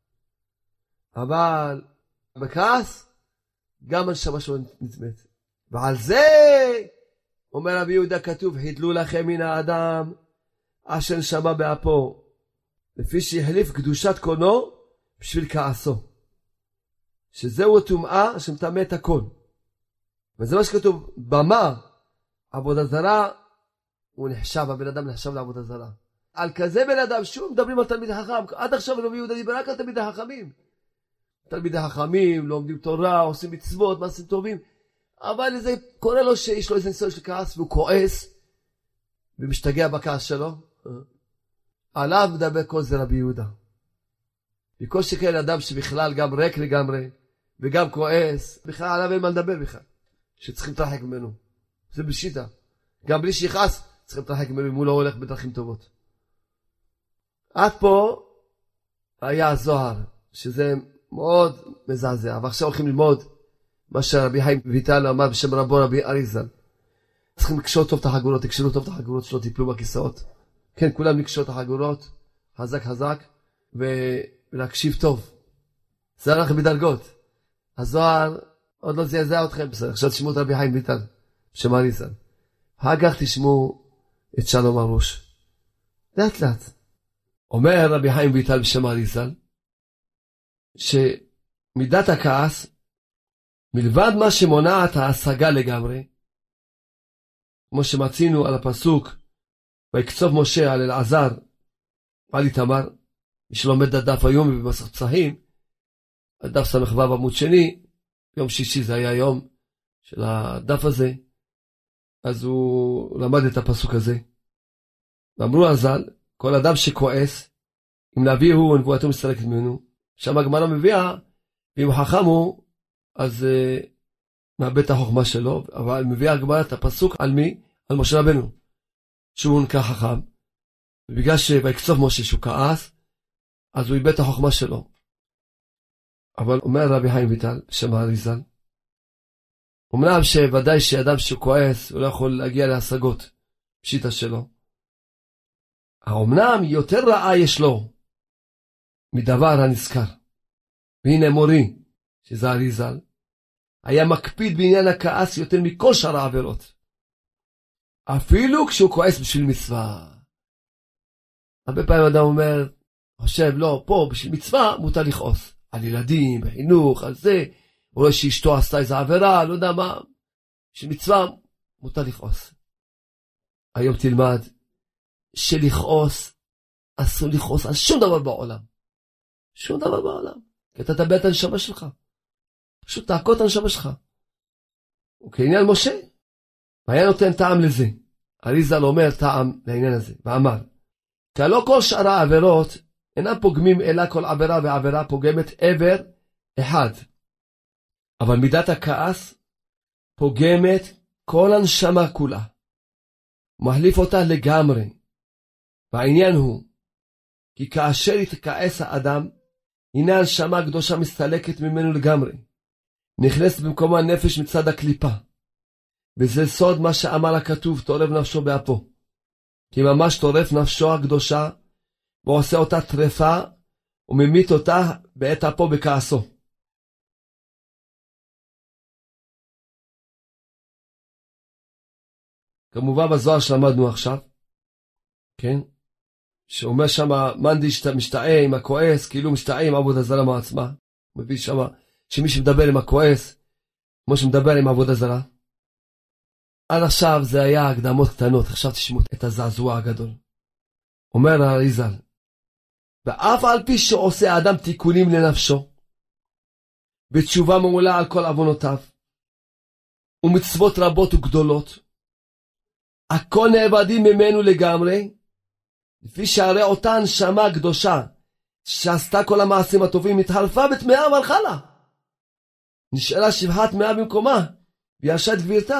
אבל בכעס גם הנשמה שלו נטמאת. ועל זה אומר רבי יהודה כתוב, חידלו לכם מן האדם אשר נשמה באפו, לפי שהחליף קדושת קונו בשביל כעסו, שזהו הטומאה שמטמא את הכל. וזה מה שכתוב, במה עבודה זרה, הוא נחשב, הבן אדם נחשב לעבודה זרה. על כזה בן אדם, שוב מדברים על תלמיד חכם, עד עכשיו רבי יהודה דיבר רק על תלמידי חכמים. תלמידי חכמים, לומדים תורה, עושים מצוות, מעשים טובים, אבל זה קורה לו שיש לו איזה ניסיון של כעס, והוא כועס, ומשתגע בכעס שלו. עליו מדבר כל זה רבי יהודה. בכל שכן אדם שבכלל גם ריק לגמרי, וגם כועס, בכלל עליו אין מה לדבר בכלל, שצריכים להתרחק ממנו. זה בשיטה. גם בלי שיכעס, צריכים להתרחק ממנו אם הוא לא הולך בדרכים טובות. עד פה היה הזוהר, שזה מאוד מזעזע. ועכשיו הולכים ללמוד מה שרבי חיים ויטל אמר בשם רבו רבי אריזל. צריכים לקשור טוב את החגורות, תקשרו טוב את החגורות שלא תיפלו בכיסאות. כן, כולם לקשור את החגורות, חזק, ולהקשיב טוב. זה הלך בדרגות. הזוהר עוד לא זעזע אתכם, בסדר. עכשיו תשמעו את רבי חיים ויטל בשם אריזל. אחר כך תשמעו את שלום הראש. לאט. אומר רבי חיים ויטל בשם אריזל, שמידת הכעס, מלבד מה שמונע את ההשגה לגמרי, כמו שמצינו על הפסוק, ויקצוב משה על אלעזר, על איתמר, מי שלומד את הדף היום במסכת פסחים, הדף ס"ו עמוד שני, יום שישי זה היה יום של הדף הזה, אז הוא למד את הפסוק הזה. ואמרו הז"ל, כל אדם שכועס, אם נביא הוא, נבואתו מסתלקת ממנו. שם הגמרא מביאה, ואם חכם הוא, אז מאבד את החוכמה שלו, אבל מביאה הגמרא את הפסוק על מי? על משה רבנו, שהוא נקרא חכם. ובגלל שביקצוב משה שהוא כעס, אז הוא איבד את החוכמה שלו. אבל אומר רבי חיים ויטל, בשם האריזל, אומנם שוודאי שאדם שכועס, הוא לא יכול להגיע להשגות, פשיטה שלו. האומנם יותר רעה יש לו, מדבר הנזכר. והנה מורי, שזה אריזל, היה מקפיד בעניין הכעס יותר מכל שאר העבירות. אפילו כשהוא כועס בשביל מצווה. הרבה פעמים אדם אומר, חושב, לא, פה בשביל מצווה מותר לכעוס. על ילדים, בחינוך, על זה, הוא רואה שאשתו עשתה איזו עבירה, לא יודע מה. בשביל מצווה מותר לכעוס. היום תלמד שלכעוס, אסור לכעוס על שום דבר בעולם. שום דבר בעולם. כי אתה תאבד את הנשמה שלך. פשוט תעקוד את הנשמה שלך. וכעניין משה, והיה נותן טעם לזה. אריזל אומר טעם לעניין הזה, ואמר, כי לא כל שאר העבירות אינם פוגמים אלא כל עבירה ועבירה פוגמת עבר אחד. אבל מידת הכעס פוגמת כל הנשמה כולה. מחליף אותה לגמרי. והעניין הוא, כי כאשר יתכעס האדם, הנה הנשמה הקדושה מסתלקת ממנו לגמרי. נכנסת במקומה הנפש מצד הקליפה. וזה סוד מה שאמר הכתוב, תורף נפשו באפו. כי ממש תורף נפשו הקדושה, ועושה אותה טרפה, וממית אותה בעת אפו בכעסו. כמובן בזוהר שלמדנו עכשיו, כן? שאומר שם, מנדי משתעה עם הכועס, כאילו משתעה עם עבודה זרה מעצמה. הוא מביא שם, שמי שמדבר עם הכועס, כמו שמדבר עם עבודה זרה. עד עכשיו זה היה הקדמות קטנות, עכשיו תשמעו את הזעזוע הגדול. אומר האריזל, ואף על פי שעושה האדם תיקונים לנפשו, בתשובה מעולה על כל עוונותיו, ומצוות רבות וגדולות, הכל נאבדים ממנו לגמרי, לפי שהרי אותה הנשמה הקדושה, שעשתה כל המעשים הטובים, התחלפה בתמאה והלכה לה. נשאלה שבחת מאה במקומה, וירשה את גבירתה.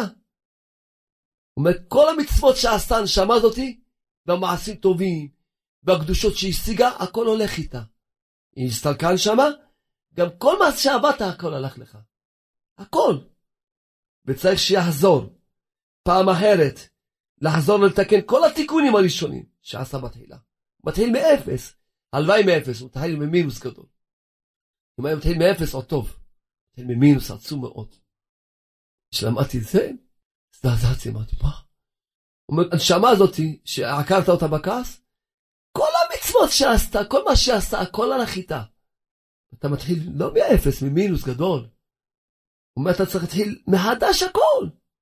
כל המצוות שעשתה הנשמה הזאתי, והמעשים טובים, והקדושות שהשיגה, הכל הולך איתה. היא הסתלקה הנשמה, גם כל מה שעבדת, הכל הלך לך. הכל. וצריך שיחזור פעם אחרת, לחזור ולתקן כל התיקונים הראשונים שעשה בתחילה. הוא מתחיל מאפס, הלוואי מאפס, הוא מתחיל ממינוס גדול. אם היה מתחיל מאפס עוד טוב, מתחיל ממינוס עצום מאוד. כשלמדתי את זה, הזדעזעתי, אמרתי, מה? הנשמה הזאת, שעקרת אותה בכעס, כל המצוות שעשתה, כל מה שעשתה, הכל על החיטה. אתה מתחיל לא מאפס, ממינוס גדול. הוא אומר, אתה צריך להתחיל מחדש הכל.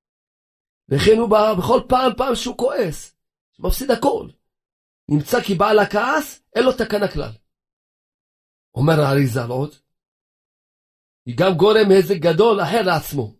וכן הוא בא בכל פעם שהוא כועס, שמפסיד הכל. נמצא כי בעל הכעס, אין לו תקנה כלל. אומר האריז"ל עוד, היא גם גורם איזה גדול אחר לעצמו.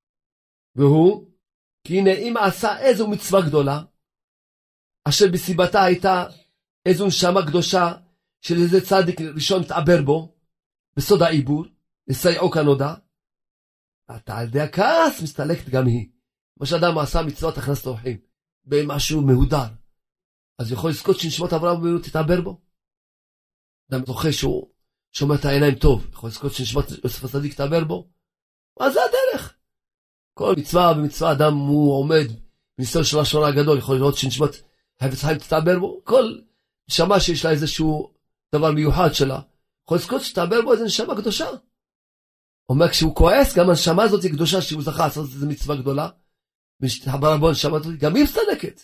והוא, כי הנה אם עשה איזו מצווה גדולה, אשר בסיבתה הייתה איזו נשמה קדושה של איזה צדיק ראשון מתעבר בו, בסוד העיבור, לסייעו כנודע, אתה על ידי הכעס מסתלקת גם היא. מה שאדם עשה מצוות הכנסת אורחים, במשהו מהודר, אז יכול לזכות שנשמות אברהם אבינו תתעבר בו. אדם זוכה שהוא שומר את העיניים טוב, יכול לזכות שנשמות יוסף הצדיק תתעבר בו. אז זה הדרך. כל מצווה ומצווה אדם הוא עומד בניסיון של השונה הגדול, יכול לראות שנשמות חפץ חיים תתעבר בו. כל נשמה שיש לה איזשהו דבר מיוחד שלה, יכול לזכות שתעבר בו איזו נשמה קדושה. אומר כשהוא כועס, גם הנשמה הזאת היא קדושה, שהוא זכה לעשות איזו מצווה גדולה, ושתחבר בו הנשמה הזאת, גם היא מסתלקת.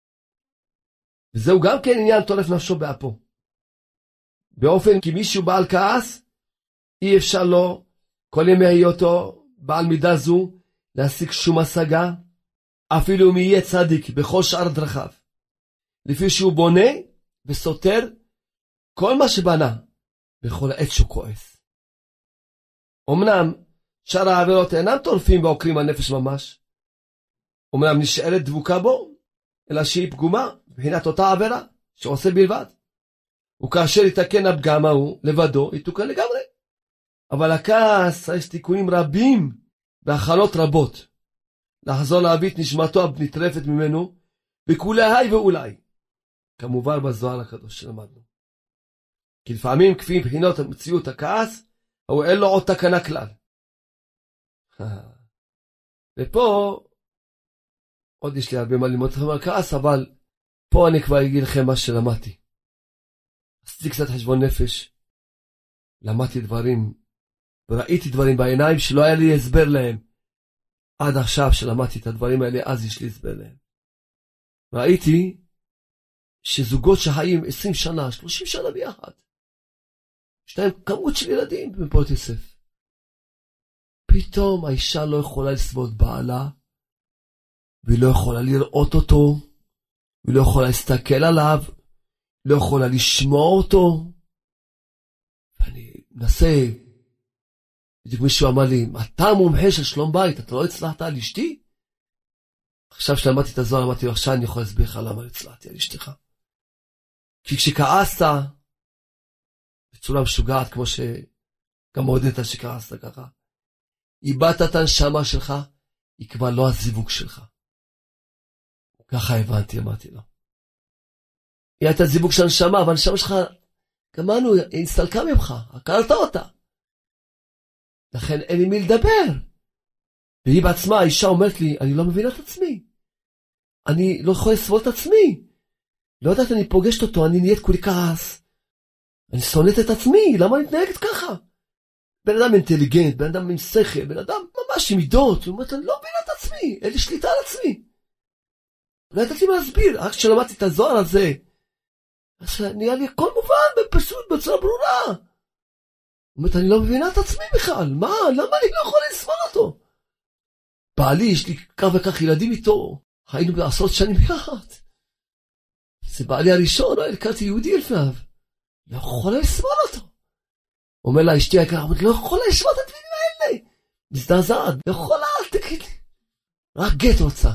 וזהו גם כן עניין טורף נפשו באפו. באופן כי מישהו בעל כעס, אי אפשר לו כל ימי היותו בעל מידה זו להשיג שום השגה, אפילו אם יהיה צדיק בכל שאר דרכיו, לפי שהוא בונה וסותר כל מה שבנה בכל העת שהוא כועס. אמנם שאר העבירות אינם טורפים ועוקרים הנפש ממש, אמנם נשארת דבוקה בו, אלא שהיא פגומה מבחינת אותה עבירה שעושה בלבד. וכאשר יתקן הפגם ההוא לבדו, יתוקן לגמרי. אבל הכעס יש תיקונים רבים והכנות רבות, לחזור להביא את נשמתו הנטרפת ממנו, בכולי היי ואולי, כמובן בזוהר הקדוש שלמדנו. כי לפעמים כפי מבחינות המציאות הכעס, הוא אין לו עוד תקנה כלל. ופה, עוד יש לי הרבה מה ללמוד לכם על כעס, אבל פה אני כבר אגיד לכם מה שלמדתי. עשיתי קצת חשבון נפש, למדתי דברים, וראיתי דברים בעיניים שלא היה לי הסבר להם. עד עכשיו שלמדתי את הדברים האלה, אז יש לי הסבר להם. ראיתי שזוגות שחיים 20 שנה, 30 שנה ביחד, יש להם כמות של ילדים בפות יוסף. פתאום האישה לא יכולה לסבול בעלה, והיא לא יכולה לראות אותו, והיא לא יכולה להסתכל עליו, לא יכולה לשמוע אותו. ואני מנסה, בדיוק מישהו אמר לי, אתה מומחה של שלום בית, אתה לא הצלחת על אשתי? עכשיו שלמדתי את הזוהר, אמרתי לו, עכשיו אני יכול להסביר לך למה הצלחתי על אשתך. כי כשכעסת, בצורה משוגעת, כמו שגם הודית שכעסת ככה, איבדת את הנשמה שלך, היא כבר לא הזיווג שלך. ככה הבנתי, אמרתי לו. היא הייתה זיווג של הנשמה, אבל הנשמה שלך, גמרנו, היא נסתלקה ממך, הכרת אותה. לכן אין לי מי לדבר. והיא בעצמה, האישה אומרת לי, אני לא מבינה את עצמי. אני לא יכולה לסבול את עצמי. לא יודעת, אני פוגשת אותו, אני נהיית כולי כעס. אני שונאת את עצמי, למה אני מתנהגת ככה? בן אדם אינטליגנט, בן אדם עם שכל, בן אדם ממש עם מידות. הוא אומר, אני לא מבינה את עצמי, אין לי שליטה על עצמי. לא ידעתי מה להסביר, רק כשלמדתי את הזוהר הזה, אז נהיה לי הכל מובן, פשוט, בצורה ברורה. הוא אומר, אני לא מבינה את עצמי בכלל, מה? למה אני לא יכול לסבול אותו? בעלי, יש לי כך וכך ילדים איתו, היינו בעשרות שנים ביחד. זה בעלי הראשון, הכרתי יהודי לפניו. לא יכולה לסבול אותו. אומר לה, אשתי היקרה, לא יכולה לשמוע את הדברים האלה. מזדעזעת, לא יכולה, אל תגיד לי. רק גט רוצה.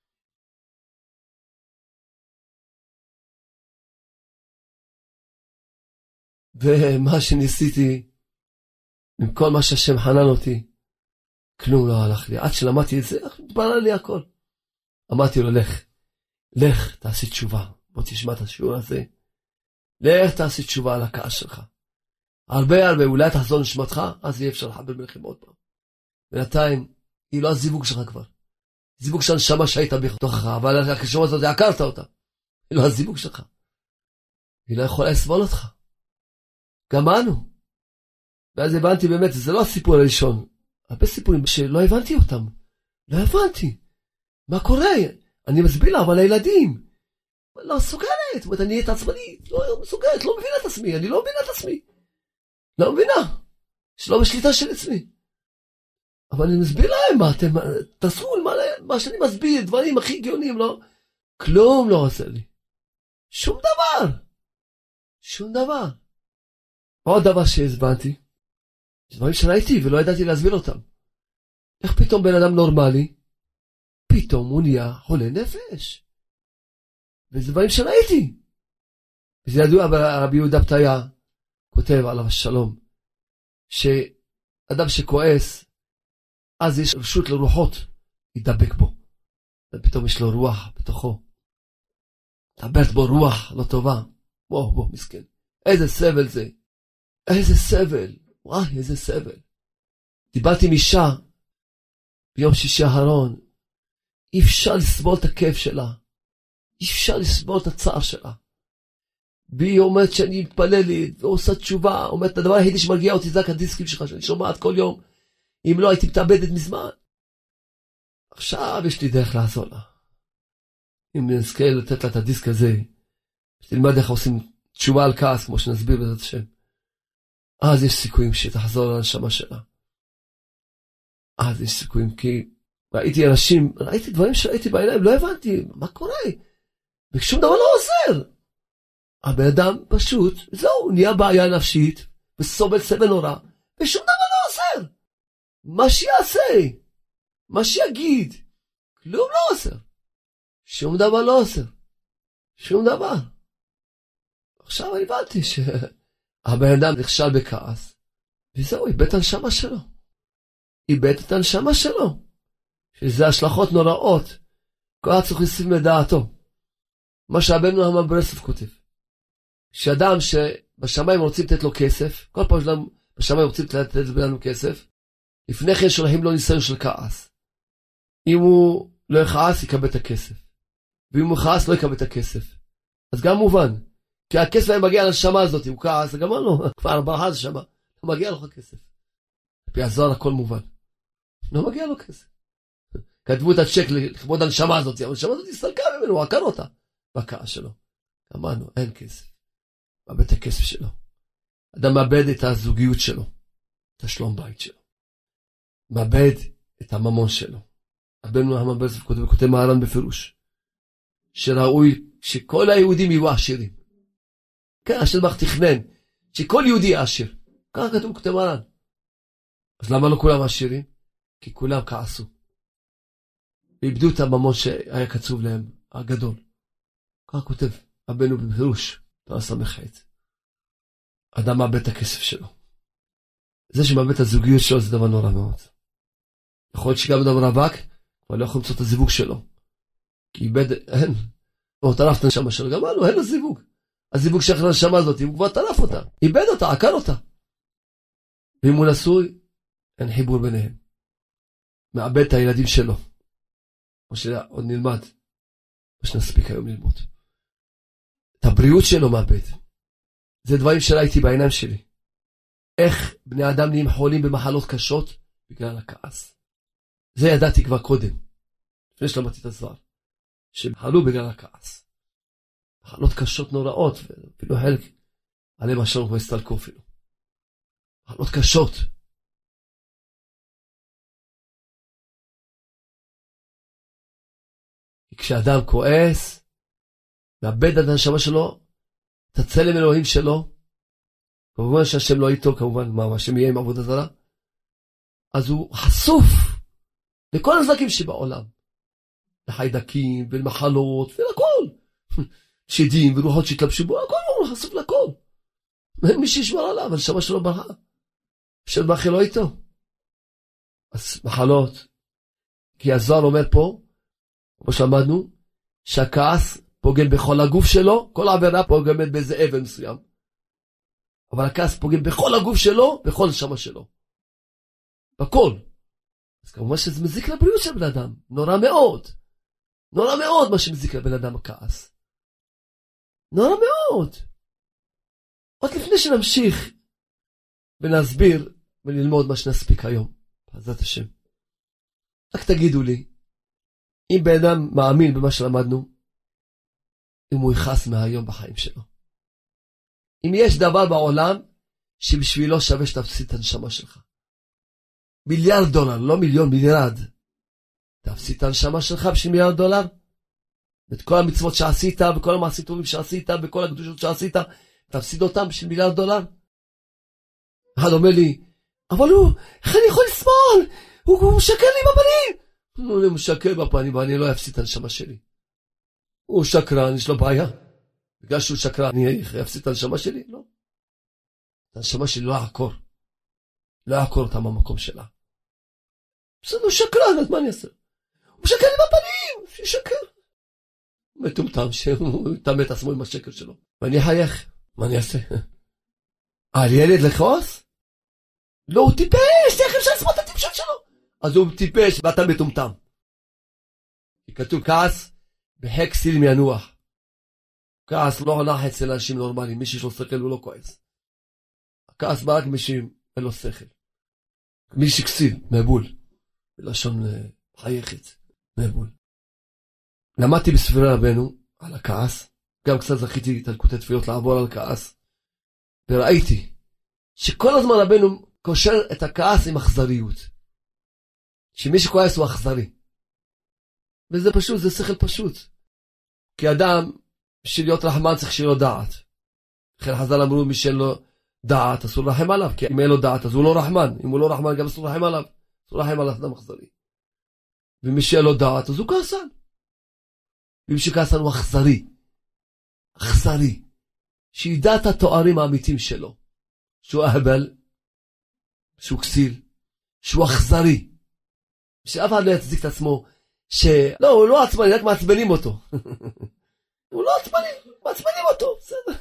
ומה שניסיתי, עם כל מה שהשם חנן אותי, כלום לא הלך לי. עד שלמדתי את זה, התברר לי הכל. אמרתי לו, לך, תעשי תשובה. בוא תשמע את השיעור הזה. לך תעשי תשובה על הכעס שלך. הרבה, אולי תחזור נשמתך, אז יהיה אפשר לחבר ביניכם עוד פעם. בינתיים, היא לא הזיווג שלך כבר. זיווג של הנשמה שהיית בתוכך, אבל הקשור הזאת, עקרת אותה. היא לא הזיווג שלך. היא לא יכולה לסבול אותך. גם אנו. ואז הבנתי באמת, זה לא הסיפור הראשון. הרבה סיפורים שלא הבנתי אותם. לא הבנתי. מה קורה? אני מסביר לה, אבל הילדים. לא מסוגלת. זאת אומרת, אני נהיית עצמנית. לא מסוגלת, לא מבינה את עצמי. אני לא מבינה את עצמי. לא מבינה. שלא בשליטה של עצמי. אבל אני מסביר להם, מה אתם, תעשו מה שאני מסביר, דברים הכי גאונים, לא? כלום לא עושה לי. שום דבר. שום דבר. עוד דבר שהסבנתי, דברים שראיתי ולא ידעתי להסביר אותם. איך פתאום בן אדם נורמלי, פתאום הוא נהיה חולה נפש. וזה דברים שראיתי. וזה ידוע ברבי יהודה פתיה, כותב עליו השלום, שאדם שכועס, אז יש רשות לרוחות, ידבק בו. ופתאום יש לו רוח בתוכו. תאברת בו רוח לא טובה. בוא, מסכן. איזה סבל זה. איזה סבל. וואי, איזה סבל. דיברתי עם אישה, ביום שישי האחרון, אי אפשר לסבול את הכאב שלה. אי אפשר לסבול את הצער שלה. והיא אומרת שאני מתפללת, ועושה תשובה, אומרת, הדבר היחידי שמרגיע אותי זה הדיסקים שלך, שאני שומעת כל יום. אם לא הייתי מתאבדת מזמן. עכשיו יש לי דרך לעזור לה. אם נזכה לתת לה את הדיסק הזה, שתלמד איך עושים תשובה על כעס, כמו שנסביר בעזרת השם. אז יש סיכויים שתחזור לנשמה שלה. אז יש סיכויים, כי ראיתי אנשים, ראיתי דברים שראיתי בעיניים, לא הבנתי, מה קורה? ושום דבר לא עוזר. הבן אדם פשוט, זהו, נהיה בעיה נפשית, וסובל סבל נורא, ושום דבר לא עוזר. מה שיעשה, מה שיגיד, כלום לא עושה. שום דבר לא עושה. שום דבר. עכשיו אני הבנתי שהבן אדם נכשל בכעס, וזהו, איבד את הנשמה שלו. איבד את הנשמה שלו. שזה השלכות נוראות. כל צריך לשים לדעתו. מה שהבנו המברסף כותב. שאדם שבשמיים רוצים לתת לו כסף, כל פעם שלהם בשמיים רוצים לתת לנו כסף, לפני כן שולחים לו ניסיון של כעס. אם הוא לא יכעס, יקבל את הכסף. ואם הוא יכעס, לא יקבל את הכסף. אז גם מובן. כי הכסף היה מגיע לנשמה הזאת, הוא כעס, גם לא, כבר ברכה זה שמה. לא מגיע לו כסף. לפי הזוהר הכל מובן. לא מגיע לו כסף. כתבו את הצ'ק לכבוד הנשמה הזאת, הנשמה הזאת הסתלקה ממנו, הוא עקר אותה. בכעס שלו. אמרנו, אין כסף. מאבד את הכסף שלו. אדם מאבד את הזוגיות שלו. את השלום בית שלו. מאבד את הממון שלו. רבנו המברסף כותב מהר"ן בפירוש. שראוי שכל היהודים יהיו עשירים. כן, השם בך תכנן. שכל יהודי יהיה עשיר. ככה כתוב כותב מהר"ן. אז למה לא כולם עשירים? כי כולם כעסו. ואיבדו את הממון שהיה קצוב להם, הגדול. ככה כותב רבנו בפירוש. תרס"ח. אדם מאבד את הכסף שלו. זה שמאבד את הזוגיות שלו זה דבר נורא מאוד. יכול להיות שגם אדם רווק, אבל לא יכול למצוא את הזיווג שלו. כי איבד, אין. הוא טרף את הנשמה שלו, גם אין לו זיווג. הזיווג של הנשמה הזאת, הוא כבר טרף אותה. איבד אותה, עקר אותה. ואם הוא נשוי, אין חיבור ביניהם. מאבד את הילדים שלו. או שעוד נלמד. או שנספיק היום ללמוד. את הבריאות שלו מאבד. זה דברים שראיתי בעיניים שלי. איך בני אדם נהיים חולים במחלות קשות בגלל הכעס. זה ידעתי כבר קודם. לפני שלמדתי את הזוהר. שחלו בגלל הכעס. מחלות קשות נוראות, ואפילו חלק עליהם השלום כבר הסתלקו אפילו. מחלות קשות. כשאדם כועס, מאבד את הנשמה שלו, את הצלם אלוהים שלו, כמובן שהשם לא איתו, כמובן, מה השם יהיה עם עבודה זרה, אז הוא חשוף לכל הנזקים שבעולם, לחיידקים ולמחלות ולכל, שדים ורוחות שהתלבשו בו, הכל הוא חשוף לכל. אין מי שישמר עליו, הנשמה שלו ברכה, השם ברכה לא איתו. אז מחלות, כי הזוהר אומר פה, כמו שלמדנו, שהכעס פוגם בכל הגוף שלו, כל עבירה פוגמת באיזה אבן מסוים. אבל הכעס פוגם בכל הגוף שלו, בכל נשמה שלו. בכל. אז כמובן שזה מזיק לבריאות של בן אדם. נורא מאוד. נורא מאוד מה שמזיק לבן אדם הכעס. נורא מאוד. עוד לפני שנמשיך ונסביר וללמוד מה שנספיק היום. בעזרת השם. רק תגידו לי, אם בן אדם מאמין במה שלמדנו, אם הוא יכעס מהיום בחיים שלו. אם יש דבר בעולם שבשבילו שווה שתפסיד את הנשמה שלך. $1 מיליארד, לא מיליון, מיליארד. תפסיד את הנשמה שלך בשביל $1 מיליארד? ואת כל המצוות שעשית, וכל המעשים טובים שעשית, וכל הקדושות שעשית, תפסיד אותם בשביל $1 מיליארד? אחד אומר לי, אבל איך אני יכול לסבול? הוא משקר לי בפנים. הוא משקר בפנים, ואני לא אפסיד את הנשמה שלי. הוא שקרן, יש לו בעיה. בגלל שהוא שקרן, אני אפסיד את הנשמה שלי? לא. הנשמה שלי לא יעקור. לא יעקור אותה מהמקום שלה. בסדר, הוא שקרן, אז מה אני אעשה? הוא משקר לי בפנים, שישקר. מטומטם שהוא יטמא את עצמו עם השקר שלו. ואני אחייך, מה אני אעשה? על ילד לכעוס? לא, הוא טיפש, איך אפשר לסמות את הטיפשות שלו? אז הוא טיפש ואתה מטומטם. כתוב כעס בחק סילים ינוח. כעס לא נח אצל אנשים נורמליים, מי שיש לו שכל הוא לא כועס. הכעס בא רק מי שאין לו שכל. מי שכסיל, מבול. בלשון חייכת, מבול. למדתי בספרי רבנו על הכעס, גם קצת זכיתי את הלקוטי תפילות לעבור על כעס, וראיתי שכל הזמן רבנו קושר את הכעס עם אכזריות. שמי שכועס הוא אכזרי. וזה פשוט, זה שכל פשוט. כי אדם, בשביל להיות רחמן צריך שיהיה לו דעת. לכן חז"ל אמרו, מי שאין לו דעת, אסור לרחם עליו, כי אם אין לו דעת, אז הוא לא רחמן. אם הוא לא רחמן, גם אסור לרחם עליו. אסור לרחם עליו אדם אכזרי. ומי שאין לו דעת, אז הוא כעסן. ומי שכעסן הוא אכזרי. אכזרי. שידע את התוארים האמיתיים שלו. שהוא אהבל, שהוא כסיל, שהוא אכזרי. שאף אחד לא יצדיק את עצמו, שלא, הוא לא עצמני, רק מעצבנים אותו. הוא לא עצמני, מעצבנים אותו, בסדר.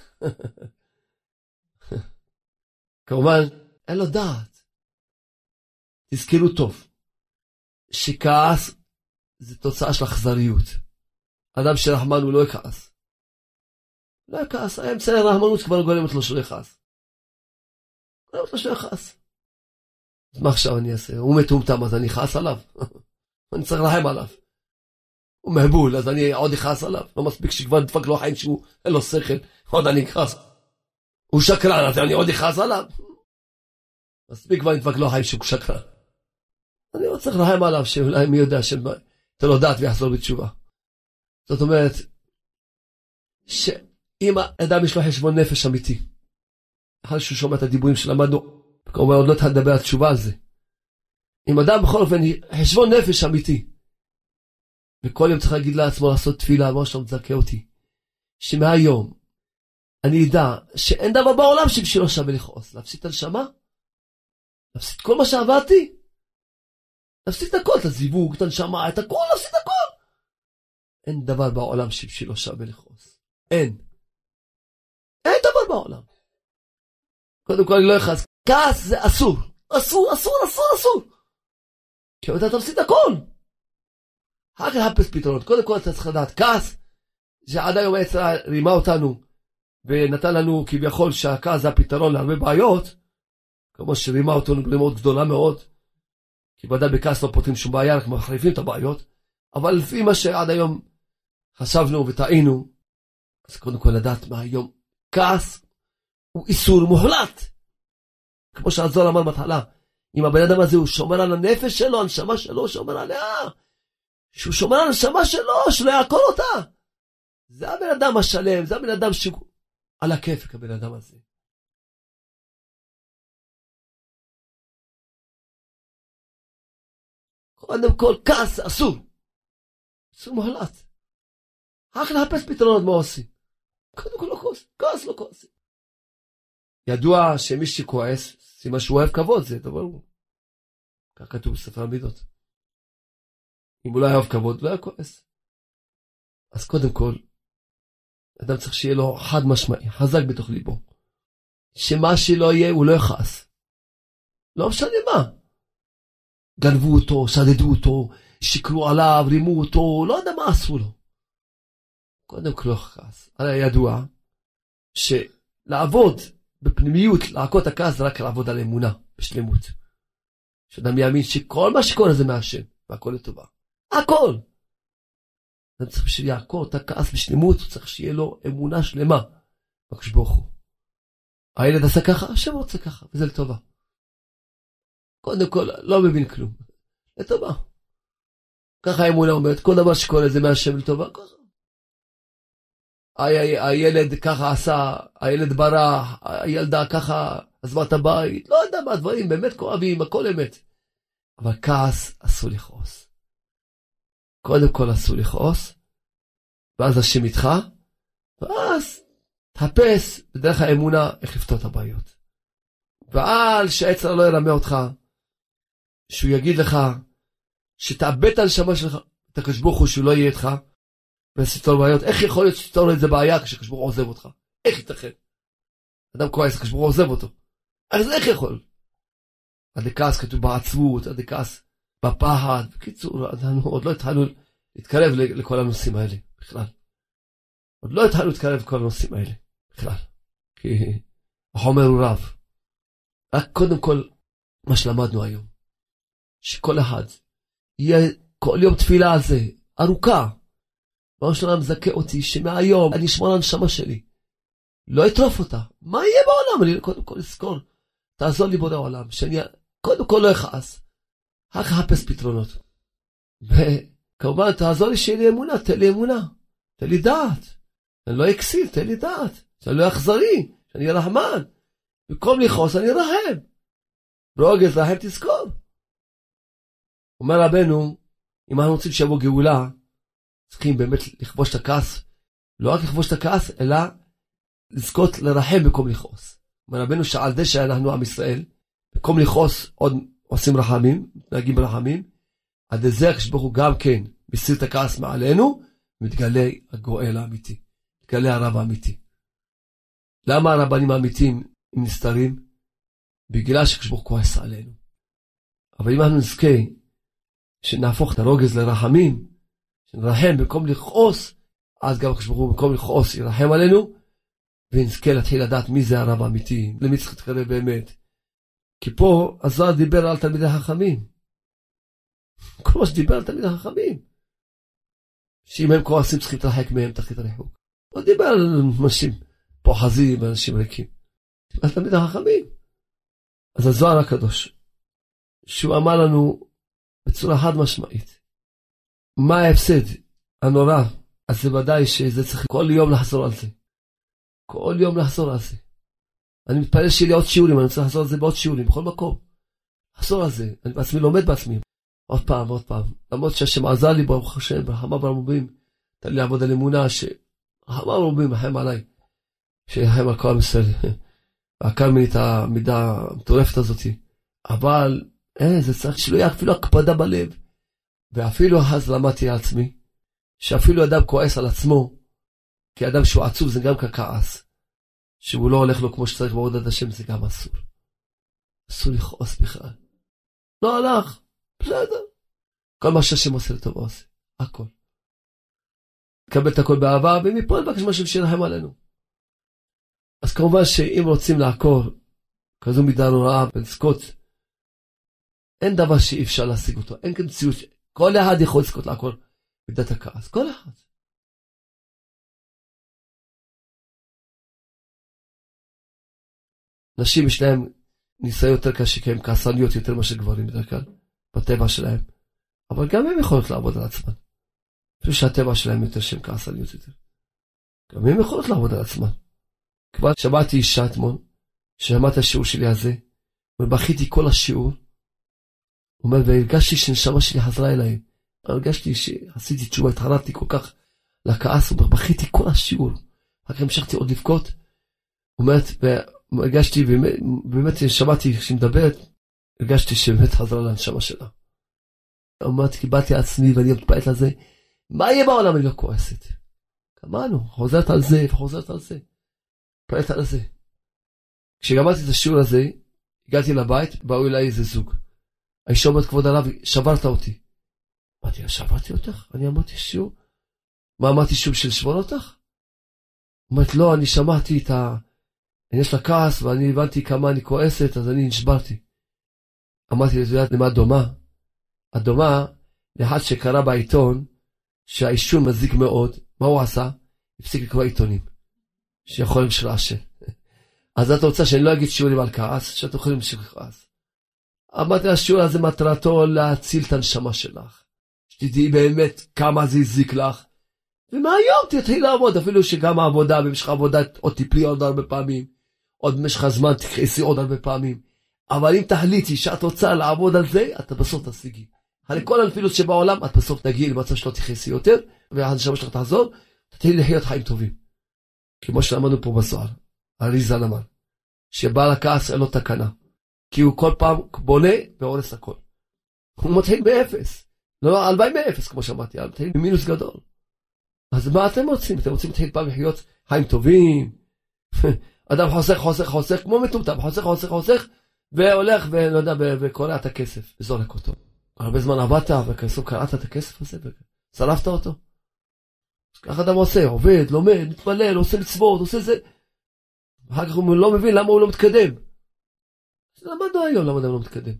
כמובן, אין לו דעת. תזכרו טוב, שכעס זה תוצאה של אכזריות. אדם שרחמן הוא לא יכעס. לא יכעס, האמצעי הרחמנות כבר גורמת לו שלא יכעס. גורמת לו שלא יכעס. אז מה עכשיו אני אעשה? הוא מטומטם, אז אני אכעס עליו. אני צריך לרחם עליו. הוא מהבול, אז אני עוד אכעס עליו. לא מספיק שכבר דפק לו חיים שהוא אין לו שכל, עוד אני אכעס. הוא שקרן, אז אני עוד אכעס עליו. מספיק כבר דפק לו חיים שהוא שקרן. אני לא צריך לרחם עליו, שאולי מי יודע שתן לו דעת ויחזור בתשובה. זאת אומרת, שאם האדם יש לו חשבון נפש אמיתי, אחרי שהוא שומע את הדיבורים שלמדנו, כמובן עוד לא תדבר על תשובה על זה. אם אדם בכל אופן חשבון נפש אמיתי, וכל יום צריך להגיד לעצמו לעשות תפילה, מה שלא מזכה אותי, שמהיום אני ידע שאין דבר בעולם שבשבילו שווה לכעוס. להפסיד את הנשמה, להפסיד כל מה שעברתי, להפסיד את הכל, את הזיווג, את הנשמה, את הכל, להפסיד את הכל. אין דבר בעולם שבשבילו שווה לכעוס. אין. אין דבר בעולם. קודם כל אני לא יכעס. כעס זה אסור. אסור, אסור, אסור, אסור. כי אתה תפסיד הכל. רק לחפש פתרונות. קודם כל אתה צריך לדעת, כעס, שעד היום היצר רימה אותנו, ונתן לנו כביכול שהכעס זה הפתרון להרבה בעיות, כמו שרימה אותנו ברימות גדולה מאוד, כי ודאי בכעס לא פותרים שום בעיה, רק מחריפים את הבעיות, אבל לפי מה שעד היום חשבנו וטעינו, אז קודם כל לדעת מה היום, כעס הוא איסור מוחלט. כמו שהזוהר אמר בהתחלה, אם הבן אדם הזה הוא שומר על הנפש שלו, הנשמה שלו, שומר עליה, שהוא שומר על הנשמה שלו, שלא יעקור אותה. זה הבן אדם השלם, זה הבן אדם שהוא על הכיפק, הבן אדם הזה. קודם כל, כעס אסור. אסור מוחלט. רק לחפש פתרונות מה עושים. קודם כל לא כועס, כעס לא כועס. ידוע שמי שכועס, סימן שהוא אוהב כבוד, זה דבר הוא. כך כתוב בספר המידות. אם הוא לא אוהב כבוד, לא היה כועס. אז קודם כל, אדם צריך שיהיה לו חד משמעי, חזק בתוך ליבו. שמה שלא יהיה, הוא לא יכעס. לא משנה מה. גנבו אותו, שדדו אותו, שיקרו עליו, רימו אותו, לא יודע מה עשו לו. קודם כל לא כעס. הרי ידוע שלעבוד בפנימיות, לעקוד את הכעס, זה רק לעבוד על אמונה, בשלמות. שאדם יאמין שכל מה שקורה זה מהשם, והכל לטובה. הכל! אדם צריך שיעקוד את הכעס בשלמות, הוא צריך שיהיה לו אמונה שלמה. בקדוש ברוך הוא. הילד עשה ככה, השם רוצה ככה, וזה לטובה. קודם כל, לא מבין כלום. לטובה. ככה האמונה אומרת, כל דבר שקורה זה מהשם לטובה, ככה. הילד ככה עשה, הילד ברח, הילדה ככה עזבה את הבית, לא יודע מה, דברים באמת כואבים, הכל אמת. אבל כעס אסור לכעוס. קודם כל אסור לכעוס, ואז השם איתך, ואז תחפש בדרך האמונה איך לפתור את הבעיות. ועל שהעצר לא ירמה אותך, שהוא יגיד לך, שתאבד את הנשמה שלך, את הקדוש ברוך הוא שהוא לא יהיה איתך, וסתור בעיות. איך יכול להיות שתתור איזה בעיה כשקדוש ברוך הוא עוזב אותך? איך ייתכן? אדם כועס, הקדוש ברוך הוא עוזב אותו. אז איך יכול? עד לכעס כתוב בעצבות, עד לכעס בפחד. בקיצור, עוד לא התחלנו להתקרב לכל הנושאים האלה, בכלל. עוד לא התחלנו להתקרב לכל הנושאים האלה, בכלל. כי החומר הוא רב. רק קודם כל, מה שלמדנו היום, שכל אחד יהיה כל יום תפילה על זה, ארוכה. מה שלמה מזכה אותי שמהיום אני אשמור על הנשמה שלי. לא אטרוף אותה. מה יהיה בעולם? אני קודם כל אזכור. תעזור לי בורא העולם. שאני קודם כל לא אכעס. רק אחפש פתרונות. וכמובן תעזור לי שיהיה לי אמונה. תן לי אמונה. תן לי דעת. אני לא אקסיל, תן לי דעת. שאני לא אכזרי. שאני אהיה רחמן. במקום לכעוס אני ארחם. ברוגז רחם תזכור. אומר רבנו, אם אנחנו רוצים שיבוא גאולה, צריכים באמת לכבוש את הכעס, לא רק לכבוש את הכעס, אלא לזכות לרחם במקום לכעוס. אומר רבנו שעל זה שאנחנו עם ישראל, במקום לכעוס עוד עושים רחמים, מתנהגים ברחמים, עד זה הקדוש ברוך הוא גם כן מסיר את הכעס מעלינו, ומתגלה הגואל האמיתי, מתגלה הרב האמיתי. למה הרבנים האמיתיים הם נסתרים? בגלל שהקדוש ברוך הוא כועס עלינו. אבל אם אנחנו נזכה שנהפוך את הרוגז לרחמים, שנרחם במקום לכעוס, אז גם הקדוש ברוך הוא במקום לכעוס ירחם עלינו, ונזכה להתחיל לדעת מי זה הרב האמיתי, למי צריך להתקרב באמת. כי פה הזוהר דיבר על תלמידי החכמים. כל מה שדיבר על תלמידי החכמים. שאם הם כועסים צריכים להתרחק מהם תחת הריחוק. לא דיבר על אנשים פוחזים ואנשים ריקים. דיבר על תלמידי החכמים. אז הזוהר הקדוש, שהוא אמר לנו בצורה חד משמעית, מה ההפסד הנורא, אז זה ודאי שזה צריך כל יום לחזור על זה. כל יום לחזור על זה. אני מתפלל שיהיה לי עוד שיעורים, אני רוצה לחזור על זה בעוד שיעורים, בכל מקום. לחזור על זה, אני בעצמי לומד בעצמי. עוד פעם, עוד פעם. למרות שהשם עזר לי ברוך השם, ברחמה ברמובים, תן לי לעבוד על אמונה, שרחמה ברמובים, רחם עליי. שרחם על כל ישראל. ועקר ממני את המידה המטורפת הזאת. אבל, זה צריך שלא יהיה אפילו הקפדה בלב. ואפילו אז למדתי על עצמי, שאפילו אדם כועס על עצמו, כי אדם שהוא עצוב זה גם ככעס, שהוא לא הולך לו כמו שצריך בעבודת השם, זה גם אסור. אסור לכעוס בכלל. לא הלך, בסדר. כל מה שהשם עושה לטובה עושה, הכל. תקבל את הכל באהבה, ומפה נבקש משהו שירחם עלינו. אז כמובן שאם רוצים לעקור כזו מידה נוראה ולזכות, אין דבר שאי אפשר להשיג אותו, אין כאן ציאות, כל אחד יכול לזכות לעקור מידת הכעס, כל אחד. נשים יש להם ניסיון יותר קשה, כי הם כעסניות יותר מאשר גברים בדרך כלל, בטבע שלהם. אבל גם הם יכולות לעבוד על עצמן. אפילו שהטבע שלהם יותר שהם כעסניות יותר. גם הם יכולות לעבוד על עצמן. כבר שמעתי אישה אתמול, ששמעת השיעור שלי הזה, ובכיתי כל השיעור, אומר, והרגשתי שנשמה שלי חזרה אליי. הרגשתי שעשיתי תשובה, התחרדתי כל כך לכעס, ובכיתי כל השיעור. רק המשכתי עוד לבכות. אומרת, והרגשתי, באמת שמעתי כשמדברת, הרגשתי שבאמת חזרה לנשמה שלה. אומרת, קיבלתי עצמי ואני מתפעלת על זה. מה יהיה בעולם? אני לא כועסת. כמנו, חוזרת על זה וחוזרת על זה. מתפעלת על זה. כשגמרתי את השיעור הזה, הגעתי לבית, באו אליי איזה זוג. האיש אומרת, כבוד הרב, שברת אותי. אמרתי, שברתי אותך? אני אמרתי שיעור. מה אמרתי שיעור של שבור אותך? אמרת, לא, אני שמעתי את העניין של הכעס, ואני הבנתי כמה אני כועסת, אז אני נשברתי. אמרתי, למה דומה? הדומה, לאחד שקרא בעיתון, שהעישון מזיק מאוד, מה הוא עשה? הפסיק לקרוא עיתונים, שיכול להמשיך לעשן. אז את רוצה שאני לא אגיד שיעורים על כעס, שאתם יכולים להמשיך לכעס. אמרתי, השיעור הזה מטרתו להציל את הנשמה שלך. שתדעי באמת כמה זה הזיק לך. ומהיום תתחיל לעבוד, אפילו שגם העבודה, במשך העבודה עוד תפלי עוד הרבה פעמים, עוד במשך הזמן תכעסי עוד הרבה פעמים. אבל אם תחליטי שאת רוצה לעבוד על זה, אתה בסוף תשיגי. על כל הנפילות שבעולם, את בסוף תגיעי למצב שלא תכעסי יותר, והנשמה שלך תחזור, תתחיל לחיות חיים טובים. כמו שלמדנו פה בזוהר, אריז"ל אמר, שבעל הכעס אין לו תקנה, כי הוא כל פעם בונה והורס הכל. הוא מתחיל מאפס, לא הלוואי מאפס כמו שאמרתי, מתחיל ממינוס גדול. אז מה אתם רוצים? אתם רוצים להתחיל פעם לחיות חיים טובים? אדם חוסך, כמו מטומטם, חוסך, והולך ולא יודע, וקורע את הכסף, וזורק אותו. הרבה זמן עבדת, וכנסו קראת את הכסף הזה, ושרפת אותו. ככה אדם עושה, עובד, לומד, מתפלל, עושה מצוות, עושה זה. אחר כך הוא לא מבין למה הוא לא מתקדם. למדנו היום למה אדם לא מתקדם.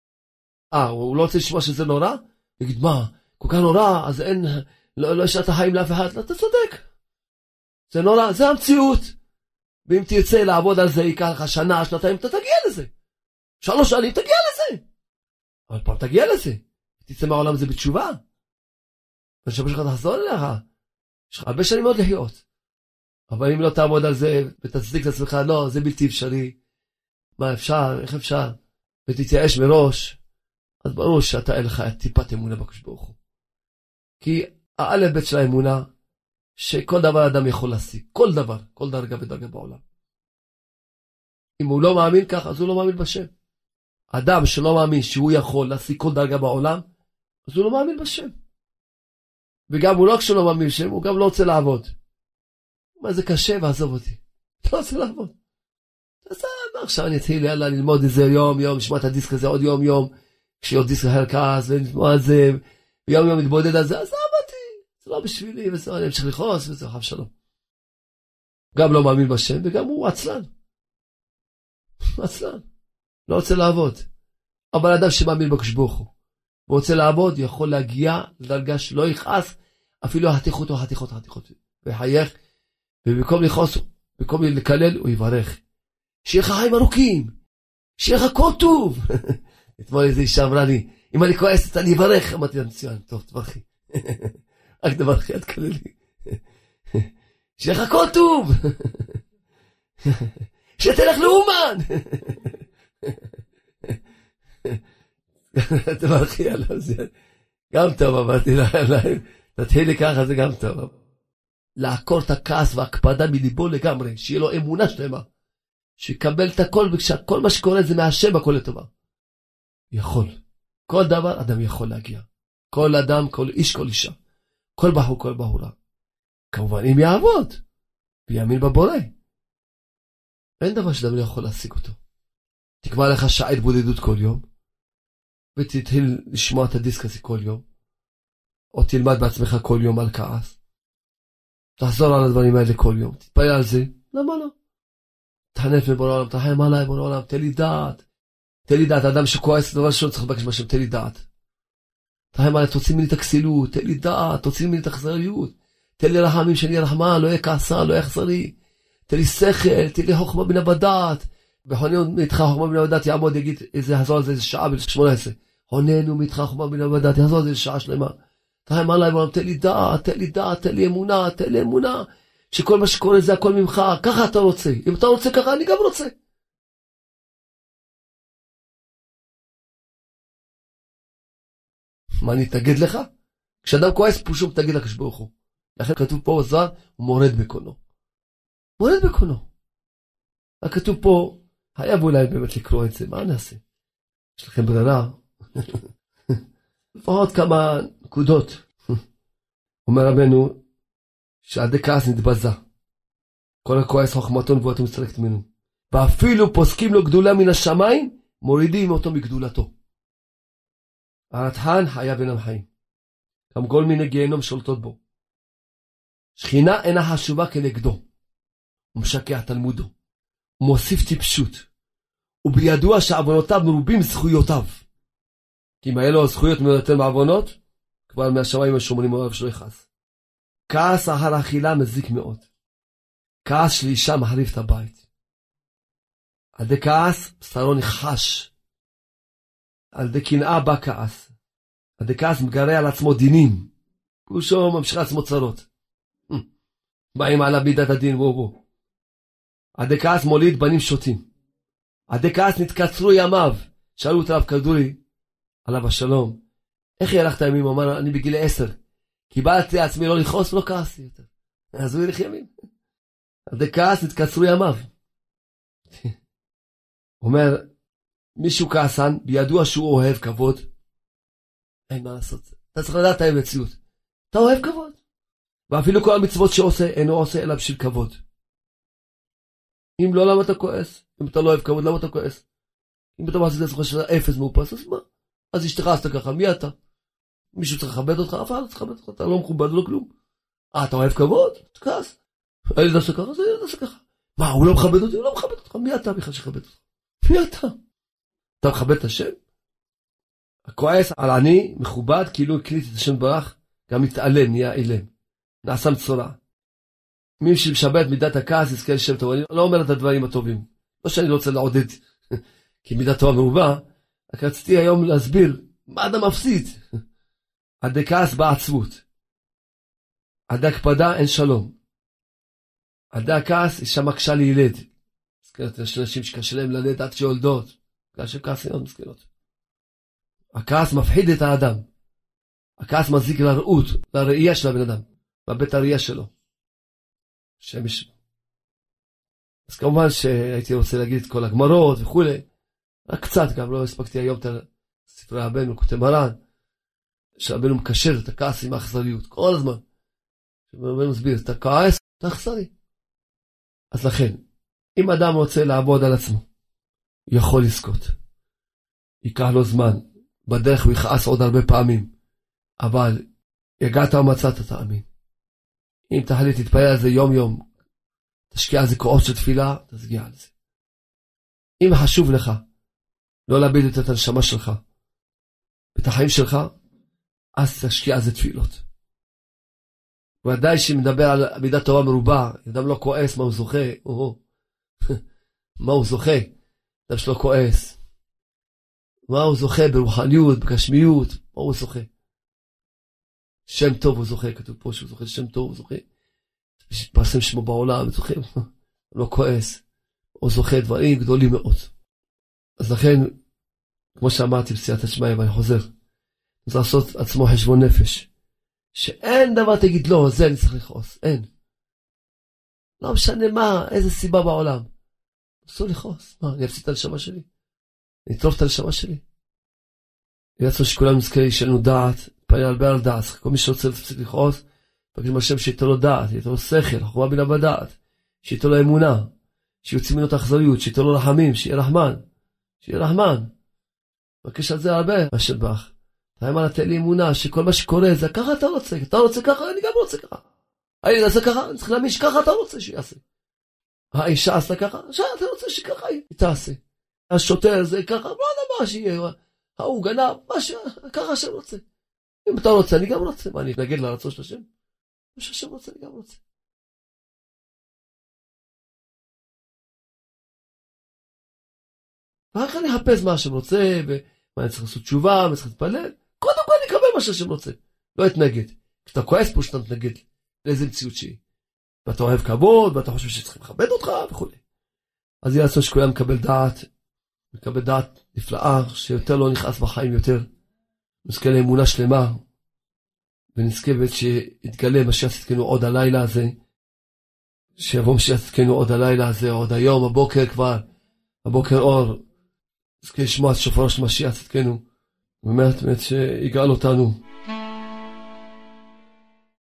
הוא לא רוצה לשמוע שזה נורא? יגיד, מה, כל כך נורא, אז אין, לא השארת החיים לאף אחד. אתה צודק. זה נורא, זה המציאות. ואם תרצה לעבוד על זה, ייקח לך שנה, שנתיים, אתה תגיע לזה. 3 שנים, תגיע לזה. אבל פעם תגיע לזה. תצא מהעולם הזה בתשובה. והשבוע שלך תחזור אליך. יש לך הרבה שנים עוד לחיות. אבל אם לא תעמוד על זה, ותצדיק את עצמך, לא, זה בלתי אפשרי. מה אפשר? איך אפשר? ותתייאש מראש. אז ברור שאתה אין לך טיפת אמונה בקדוש ברוך הוא. כי האלף בית של האמונה, שכל דבר אדם יכול להשיג. כל דבר, כל דרגה ודרגה בעולם. אם הוא לא מאמין כך, אז הוא לא מאמין בשם. אדם שלא מאמין שהוא יכול להשיג כל דרגה בעולם, אז הוא לא מאמין בשם. וגם הוא לא כשהוא לא מאמין בשם, הוא גם לא רוצה לעבוד. מה זה קשה, ועזוב אותי. לא רוצה לעבוד. אז עכשיו אני אתחיל ללמוד את זה יום, לשמוע את הדיסק הזה עוד יום, כשיהיה עוד דיסק אחר כעס, ולשמוע את זה, ויום מתבודד על זה, אז עבדתי. זה לא בשבילי, וזה אני אמשיך לכעוס, וזה חב שלום. גם לא מאמין בשם, וגם הוא עצלן. עצלן. לא רוצה לעבוד. אבל אדם שמאמין בקדוש ברוך הוא, ורוצה לעבוד, יכול להגיע לדרגה שלא יכעס, אפילו החתיכות, וחייך, ובמקום לכעוס, במקום לקלל, הוא יברך. שיהיה לך חיים ארוכים, שיהיה לך כל טוב. אתמול איזה אישה אמרה לי, אם אני כועסת, אני אברך. אמרתי לה, מצוין, טוב, תברכי. רק תברכי, את קלל לי. שיהיה לך כל טוב. שתלך לאומן. תברכי עליו, גם טוב, אמרתי לה, תתחילי ככה, זה גם טוב. לעקור את הכעס והקפדה מליבו לגמרי, שיהיה לו אמונה שלמה, שיקבל את הכל, וכשכל מה שקורה זה מהשם הכל לטובה. יכול. כל דבר אדם יכול להגיע. כל אדם, כל איש, כל אישה. כל בחור, כל בחורה. כמובן, אם יעבוד, ויאמין בבורא. אין דבר שאדם לא יכול להשיג אותו. תקבע לך שעה התבודדות כל יום, ותתחיל לשמוע את הדיסק הזה כל יום, או תלמד בעצמך כל יום על כעס. תחזור על הדברים האלה כל יום, תתפלל על זה, למה לא? תחנף מבורא העולם, תחיים עליי בורא העולם, תן לי דעת. תן לי דעת, האדם שכועס, דבר שלא צריך לבקש מהשם, תן לי דעת. תחיים עליי, תוציא ממני את הכסילות, תן לי דעת, תוציא ממני את האכזריות. תן לי רחמים שאני רחמן, לא יהיה כעסן, לא יהיה אכזרי. תן לי שכל, תן לי חוכמה בינה ודעת. וחוננו מתך חוכמה בינה ודעת, יעמוד, יגיד, יחזור על זה איזה שעה ב-18. חוננו מתך חוכמה בינה ודעת, יחזור על זה איזה שעה שלמה. תחיים עליי, תן לי דעת, תן לי דעת, תן לי אמונה, תן לי אמונה. שכל מה שקורה זה הכל ממך, ככה אתה רוצה. אם אתה רוצה ככה, אני גם רוצה. מה, אני אתנגד לך? כשאדם כועס, פשוט מתנגד לקדוש ברוך הוא. לכן כתוב פה בזוהר, הוא מורד בקונו. מורד בקונו. כתוב פה, היה ואולי באמת לקרוא את זה, מה נעשה? יש לכם ברירה? לפחות כמה נקודות. אומר רבנו, שעדי כעס נתבזה. כל הכועס חוכמתו נבואתו מסתלקת ממנו. ואפילו פוסקים לו גדולה מן השמיים, מורידים אותו מגדולתו. הרתחן חיה בין המחיים. גם כל מיני גיהנום שולטות בו. שכינה אינה חשובה כנגדו. הוא משקע תלמודו. הוא מוסיף טיפשות. ובידוע שעוונותיו מרובים זכויותיו. כי אם היה לו זכויות יותר מעוונות, כבר מהשמיים השומרים עליו שלא יכעס. כעס אחר אכילה מזיק מאוד. כעס של אישה מחריב את הבית. על ידי כעס בשרו נחש. על ידי קנאה בא כעס. על ידי כעס מגרה על עצמו דינים. הוא שום ממשיך עצמו צרות. באים עליו מידת הדין בו. על ידי כעס מוליד בנים שוטים. על ידי כעס נתקצרו ימיו. שאלו את רב כדורי, עליו השלום, איך ילכת ימים? הוא אמר, אני בגיל 10. קיבלתי לעצמי לא לכעוס ולא כעסתי יותר. אז הוא ילך ימים. על ידי כעס נתקצרו ימיו. אומר, מישהו כעסן, בידוע שהוא אוהב כבוד, אין מה לעשות. אתה צריך לדעת את המציאות. אתה אוהב כבוד. ואפילו כל המצוות שעושה, אינו עושה אלא בשביל כבוד. אם לא, למה אתה כועס? אם אתה לא אוהב כבוד, למה אתה כועס? אם אתה מעשית לעצמך שאתה אפס מאופס, אז מה? אז אשתך עשת ככה, מי אתה? מישהו צריך לכבד אותך, אף אחד צריך לכבד אותך, אתה לא מכובד ולא כלום. אתה אוהב כבוד? תכעס. הילד עשה ככה, אז הילד עשה ככה. מה, הוא לא מכבד אותי? הוא לא מכבד אותך, מי אתה בכלל שכבד אותך? מי אתה? אתה מכבד את השם? הכועס על עני מכובד, כאילו הקליט את השם ברח, גם מתעלם, נהיה אילם. נעשה מצורע. מי שמשבט מידת הכעס יזכה לשם טוב. אני לא אומר את הדברים הטובים. לא שאני לא רוצה לעודד, כי מידת טובה מרובה, רק רציתי היום להסביר מה אדם מפסיד. עד כעס בעצבות. עד הקפדה אין שלום. עד הכעס אישה מקשה לילד. יש אנשים שקשה להם ללד עד שיולדות. כאשר כעס אין עוד מסכנות. הכעס מפחיד את האדם. הכעס מזיק לראות, לראייה של הבן אדם. בבית הראייה שלו. שמש. אז כמובן שהייתי רוצה להגיד את כל הגמרות וכו'. רק קצת, גם לא הספקתי היום את ספרי רבנו, כותב מרן, שרבנו מקשר את הכעס עם האכזריות, כל הזמן. רבנו מסביר, את הכעס, אתה אכזרי. אז לכן, אם אדם רוצה לעבוד על עצמו, יכול לזכות. ייקח לו זמן, בדרך הוא יכעס עוד הרבה פעמים, אבל הגעת ומצאת, תאמין. אם תחליט להתפלל על זה יום יום, תשקיע על זה כאות של תפילה, תשגיע על זה. אם חשוב לך, לא לאבד את הנשמה שלך, את החיים שלך, אז תשקיע על זה תפילות. ודאי שמדבר על מידת תורה מרובה, אדם לא כועס, מה הוא זוכה? מה הוא זוכה? אדם שלא כועס. מה הוא זוכה ברוחניות, בגשמיות? מה הוא זוכה? שם טוב הוא זוכה, כתוב פה שהוא זוכה, שם טוב הוא זוכה. פרסם שמו בעולם, הוא זוכה, לא כועס. הוא זוכה דברים גדולים מאוד. אז לכן, כמו שאמרתי בסייעתא שמיא, ואני חוזר, אז לעשות עצמו חשבון נפש, שאין דבר תגיד לא, זה אני צריך לכעוס, אין. לא משנה מה, איזה סיבה בעולם. אסור לכעוס, מה, אני אפסיד את הנשמה שלי? אני אטרוף את הנשמה שלי? ירצו שכולם נזכה לי שאין לנו דעת, פני הרבה על דעת, כל מי שרוצה להפסיק לכעוס, פגשים השם שייתן לו דעת, שייתן לו שכל, חוכמה בינה ודעת, שייתן לו אמונה, שיוציא ממנו את האכזריות, שייתן לו רחמים, שיהיה רחמן, שיהיה רחמן. מבקש על זה הרבה, השם ברך. תאמר לתת לי אמונה שכל מה שקורה זה ככה אתה רוצה ככה, אני גם רוצה ככה. הילד עשה ככה, אני צריך להאמין שככה אתה רוצה שיעשה. האישה עשתה ככה, אתה רוצה שככה היא תעשה. השוטר זה ככה, לא יודע מה שיהיה, ההוא גנב, ככה השם רוצה. אם אתה רוצה, אני גם רוצה. מה, אני אתנגד לרצון של השם? מה שהשם רוצה, אני גם רוצה. ואחר אני אחפש מה השם רוצה, ומה אני צריך לעשות תשובה, מה אני צריך להתפלל. קודם כל אני אקבל מה שהשם רוצה. לא אתנגד. כשאתה כועס פה שאתה מתנגד לאיזה מציאות שהיא. ואתה אוהב כבוד, ואתה חושב שצריכים לכבד אותך, וכו'. אז יהיה לעשות שכולם מקבל דעת נפלאה, שיותר לא נכנס בחיים יותר. נזכה לאמונה שלמה, ונזכה בית שיתגלה משיח צדקנו עוד הלילה הזה, שיבוא משיח צדקנו עוד הלילה הזה, עוד היום, הבוקר כבר, הבוקר אור, נזכה לשמוע את שופרו של משיח צדקנו, באמת שיגאל אותנו.